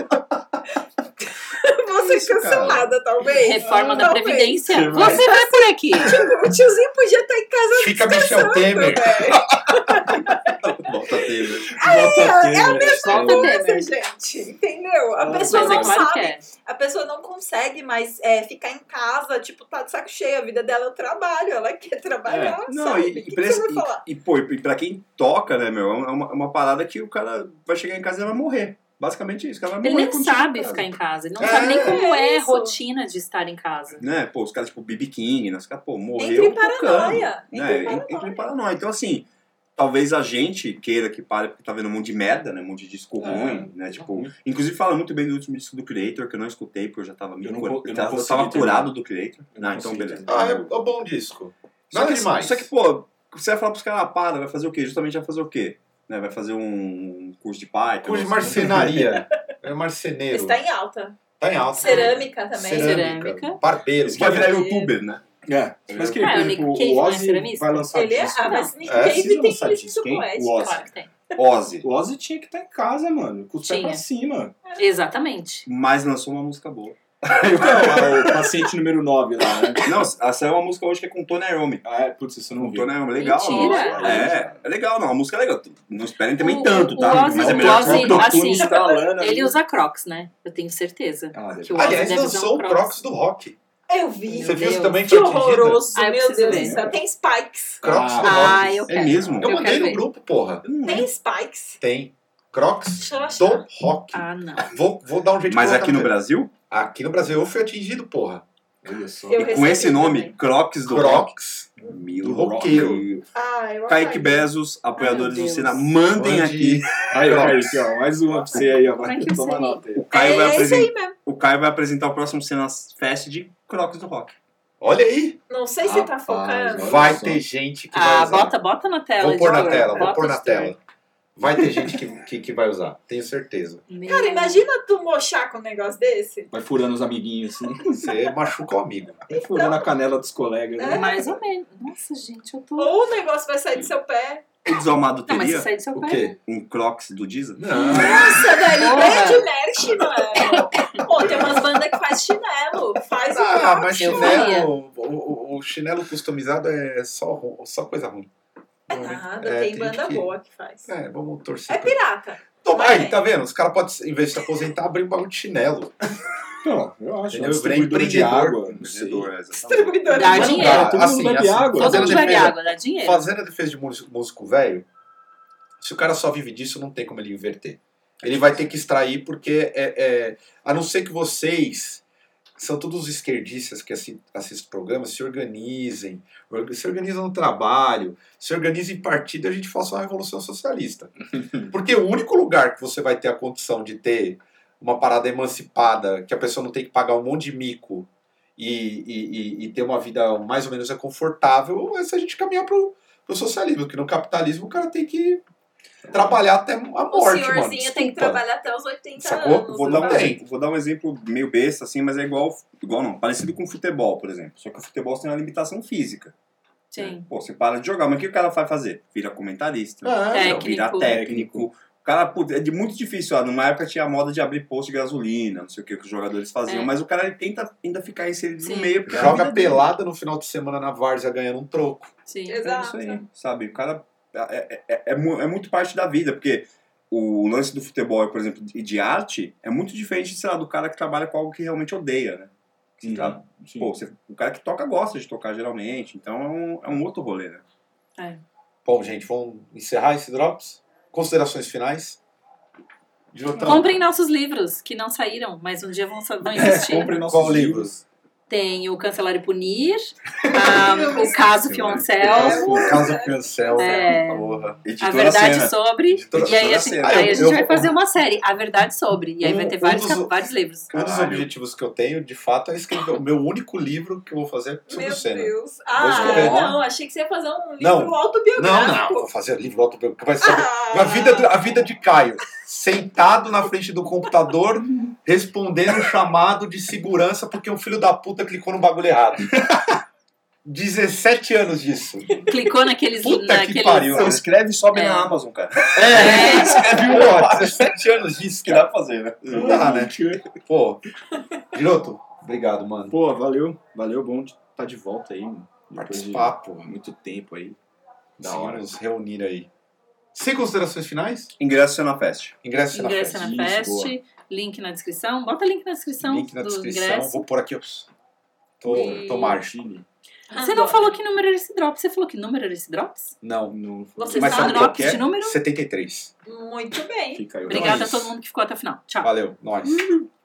Vou ser Isso, cara. cancelada, talvez. Reforma da Talvez. Previdência. Você vai. Você vai por aqui. Tipo, o tiozinho podia estar em casa Fica Michel Temer. Volta a ter, velho. É a mesma Volta coisa, Temer. gente. Entendeu? A pessoa Mas é não claro que sabe. é. A pessoa não consegue mais ficar em casa, tipo, tá de saco cheio. A vida dela é o trabalho. Ela quer trabalhar, Não, sabe? e, O que pra você vai falar? e pra quem toca, né, meu, é uma parada que o cara vai chegar em casa e vai morrer. Basicamente isso, o cara vai Ele morrer. nem quando chegar em sabe casa. ficar em casa. Ele não É, sabe nem como é a isso. rotina de estar em casa. Né, pô, os caras tipo B.B. King, né, os caras, pô, morreu Entra em tocando. paranoia. Né, entra em paranoia. Então, assim, talvez a gente queira que pare porque tá vendo um monte de merda, né, um monte de disco ruim, né, tipo... Inclusive fala muito bem do último disco do Creator, que eu não escutei porque eu já tava Eu não eu consegui tava terminar. curado do Creator. Eu não Então, consegui beleza. terminar. É um bom disco. Só Nada que, demais. Só que, pô, você vai falar pros caras, para, vai fazer o quê? Justamente vai fazer o quê? Né, vai fazer um curso de Python. Curso de assim. marcenaria. É marceneiro. Está em alta. Tá em alta. Cerâmica também. Cerâmica. Barbeiro. Esse vai virar youtuber, né? Mas que, Ah, por o Nick exemplo, Cave o não é Ozzy ceramista? vai lançar Ele é. disco. Ah, mas Nick É, Cave precisa tem lançar licença disco, hein? poética. O Ozzy. Claro que tem. Ozzy. O Ozzy tinha que estar em casa, mano, com os pés Tinha. pra cima. Exatamente. Mas lançou uma música boa. Então, o paciente número 9 lá, né? Não, essa é uma música hoje que é com Tony Iommi. Putz, isso eu não Com vi. Tony Iommi, legal. Mentira. É legal, não, a música é legal. Não esperem também O- tanto, tá? o Ozzy- Mas é o melhor Ozzy- que o assim, estralando. Ele usa Crocs, né? Eu tenho certeza. Ah, Que o Ozzy Aliás, deve usar lançou um o Crocs do rock. Eu vi. Você viu Deus. também? Que Foi atingida? horroroso, Ah, eu meu preciso Deus ver. do céu. Tem spikes. Crocs do Ah, rock. eu É quero. mesmo? Eu mandei quero no ver. grupo, porra. Eu não Tem lembro. spikes. Tem. Crocs Deixa eu achar. do rock. Ah, não. Vou dar um jeito de Mas colocar aqui no Brasil? Aqui no Brasil eu fui atingido, porra. Olha só. Eu E com recebi esse nome, também. Crocs do Rock. Crocs. Meu Do roqueiro. Ah, eu Kaique apaguei. Bezos, apoiadores Ai, do meu Senna, Deus. mandem Mande aqui. Aí, Crocs. Kaique, ó, mais uma pra você aí, ó. Como é que eu Toma sei? nota aí. O Caio, vai É esse apresen- aí mesmo. o Caio vai apresentar o próximo Senna Fest de Crocs do Rock. Olha aí. Não sei se tá Rapaz, focando. olha Vai só. ter gente que vai Ah, usar. bota na tela. Vou pôr na editor. tela, vou Bota, pôr na editor. tela. Vai ter gente que vai usar, tenho certeza. Meu Cara, imagina tu mochar com um negócio desse. Vai furando os amiguinhos, assim. Você machuca o amigo. Vai furando a canela dos colegas. É. Né? Mais ou menos. Nossa, gente, eu tô... Ou o negócio vai sair do seu pé. O Desalmado Não, mas teria se sair do seu O pé... quê? um Crocs do Diesel? Não. Nossa, velho, Porra. ideia de merch, mano. Pô, tem umas bandas que faz chinelo. Faz Ah, o mas Eu chinelo, o chinelo customizado é só coisa ruim. nada, É, tem tem banda gente que- boa que faz. É, vamos torcer. É pirata. Toma Mas aí, tá vendo? Os caras podem, em vez de se aposentar, abrir um bagulho de chinelo. Não, eu acho. Entendeu? Distribuidora de Empreendedor. água. Não sei. Empreendedor, exatamente. Distribuidora Dá de Mas não dinheiro. dá, Todo mundo bebe água. Todo fazendo mundo bebe defesa- água, dá dinheiro. Fazendo a defesa de músico velho, se o cara só vive disso, não tem como ele inverter. Ele vai ter que extrair porque, a não ser que vocês, que são todos os esquerdistas que assistem programas, se organizem no trabalho, se organizem em partido e a gente faça uma revolução socialista. Porque o único lugar que você vai ter a condição de ter uma parada emancipada, que a pessoa não tem que pagar um monte de mico e ter uma vida mais ou menos confortável, é se a gente caminhar pro socialismo, porque no capitalismo o cara tem que trabalhar até a O morte, mano. senhorzinho tem que Desculpa. trabalhar até os 80 Sacou? anos. Vou dar, Não um tem. exemplo, vou dar um exemplo meio besta, assim, mas é igual não, parecido com o futebol, por exemplo. Só que o futebol tem uma limitação física. Sim. Pô, você para de jogar, mas o que o cara vai fazer? Vira comentarista, Técnico. vira técnico. O cara, putz, é muito difícil. Numa época tinha a moda de abrir posto de gasolina, não sei o que os jogadores faziam, É. mas o cara ele tenta ainda ficar inserido Sim. no meio. Porque é a Joga vida dele. pelada no final de semana na várzea ganhando um troco. Sim. É Exato. isso aí, sabe? O cara é muito parte da vida, porque o lance do futebol, por exemplo, e de arte, é muito diferente, sei lá, do cara que trabalha com algo que realmente odeia, né? Você Uhum. tra- Sim. Pô, o cara que toca gosta de tocar geralmente, então é um outro rolê, né? Bom, gente, vamos encerrar esse Drops? Considerações finais? Jotão, Comprem nossos livros, que não saíram, mas um dia vão existir. Comprem nossos qual livro? livros. Tem o Cancelar e Punir, o Caso Fioncel, O caso Cancel, É. porra. A Editora Verdade Cena. Sobre, Editora e aí, Cena. aí a eu gente vai vou- fazer uma série, A Verdade Sobre, e aí vai ter vários dos- livros. Um dos Caralho. objetivos que eu tenho, de fato, é escrever o meu único livro que eu vou fazer sobre Meu o Senna. Deus. escrever. Não, achei que você ia fazer um livro Não. autobiográfico. Vou fazer livro autobiográfico. Vai ser Ah. a vida de Caio, sentado na frente do computador, respondendo um chamado de segurança porque um filho da puta clicou no bagulho errado. 17 anos disso. Clicou naqueles... Puta que pariu. Então escreve e sobe É. na Amazon, cara. Escreve um ó, 17 anos disso, Que cara. dá pra fazer, né? Não dá, né? Pô, Giroto, obrigado, mano. Pô, valeu. Valeu, bom estar de volta aí. Depois de Participar, pô. muito tempo aí. Da Sim, hora. nos reunir aí. Sem considerações finais? Ingresso Cena Fest. Ingresso na Ingresso festa. na Isso, Fest, link na descrição. Bota link na descrição Link na do descrição. ingresso. Vou pôr aqui, ó. Tô marcha. Chile. Você não falou que número era esse Drops? Você falou que número era esse Drops? Não, Não Você Mas Só sabe sabe? qual Drops que é? de número? 73. Muito bem. Fica aí. Obrigada a isso. todo mundo que ficou até o final. Tchau. Valeu, nós.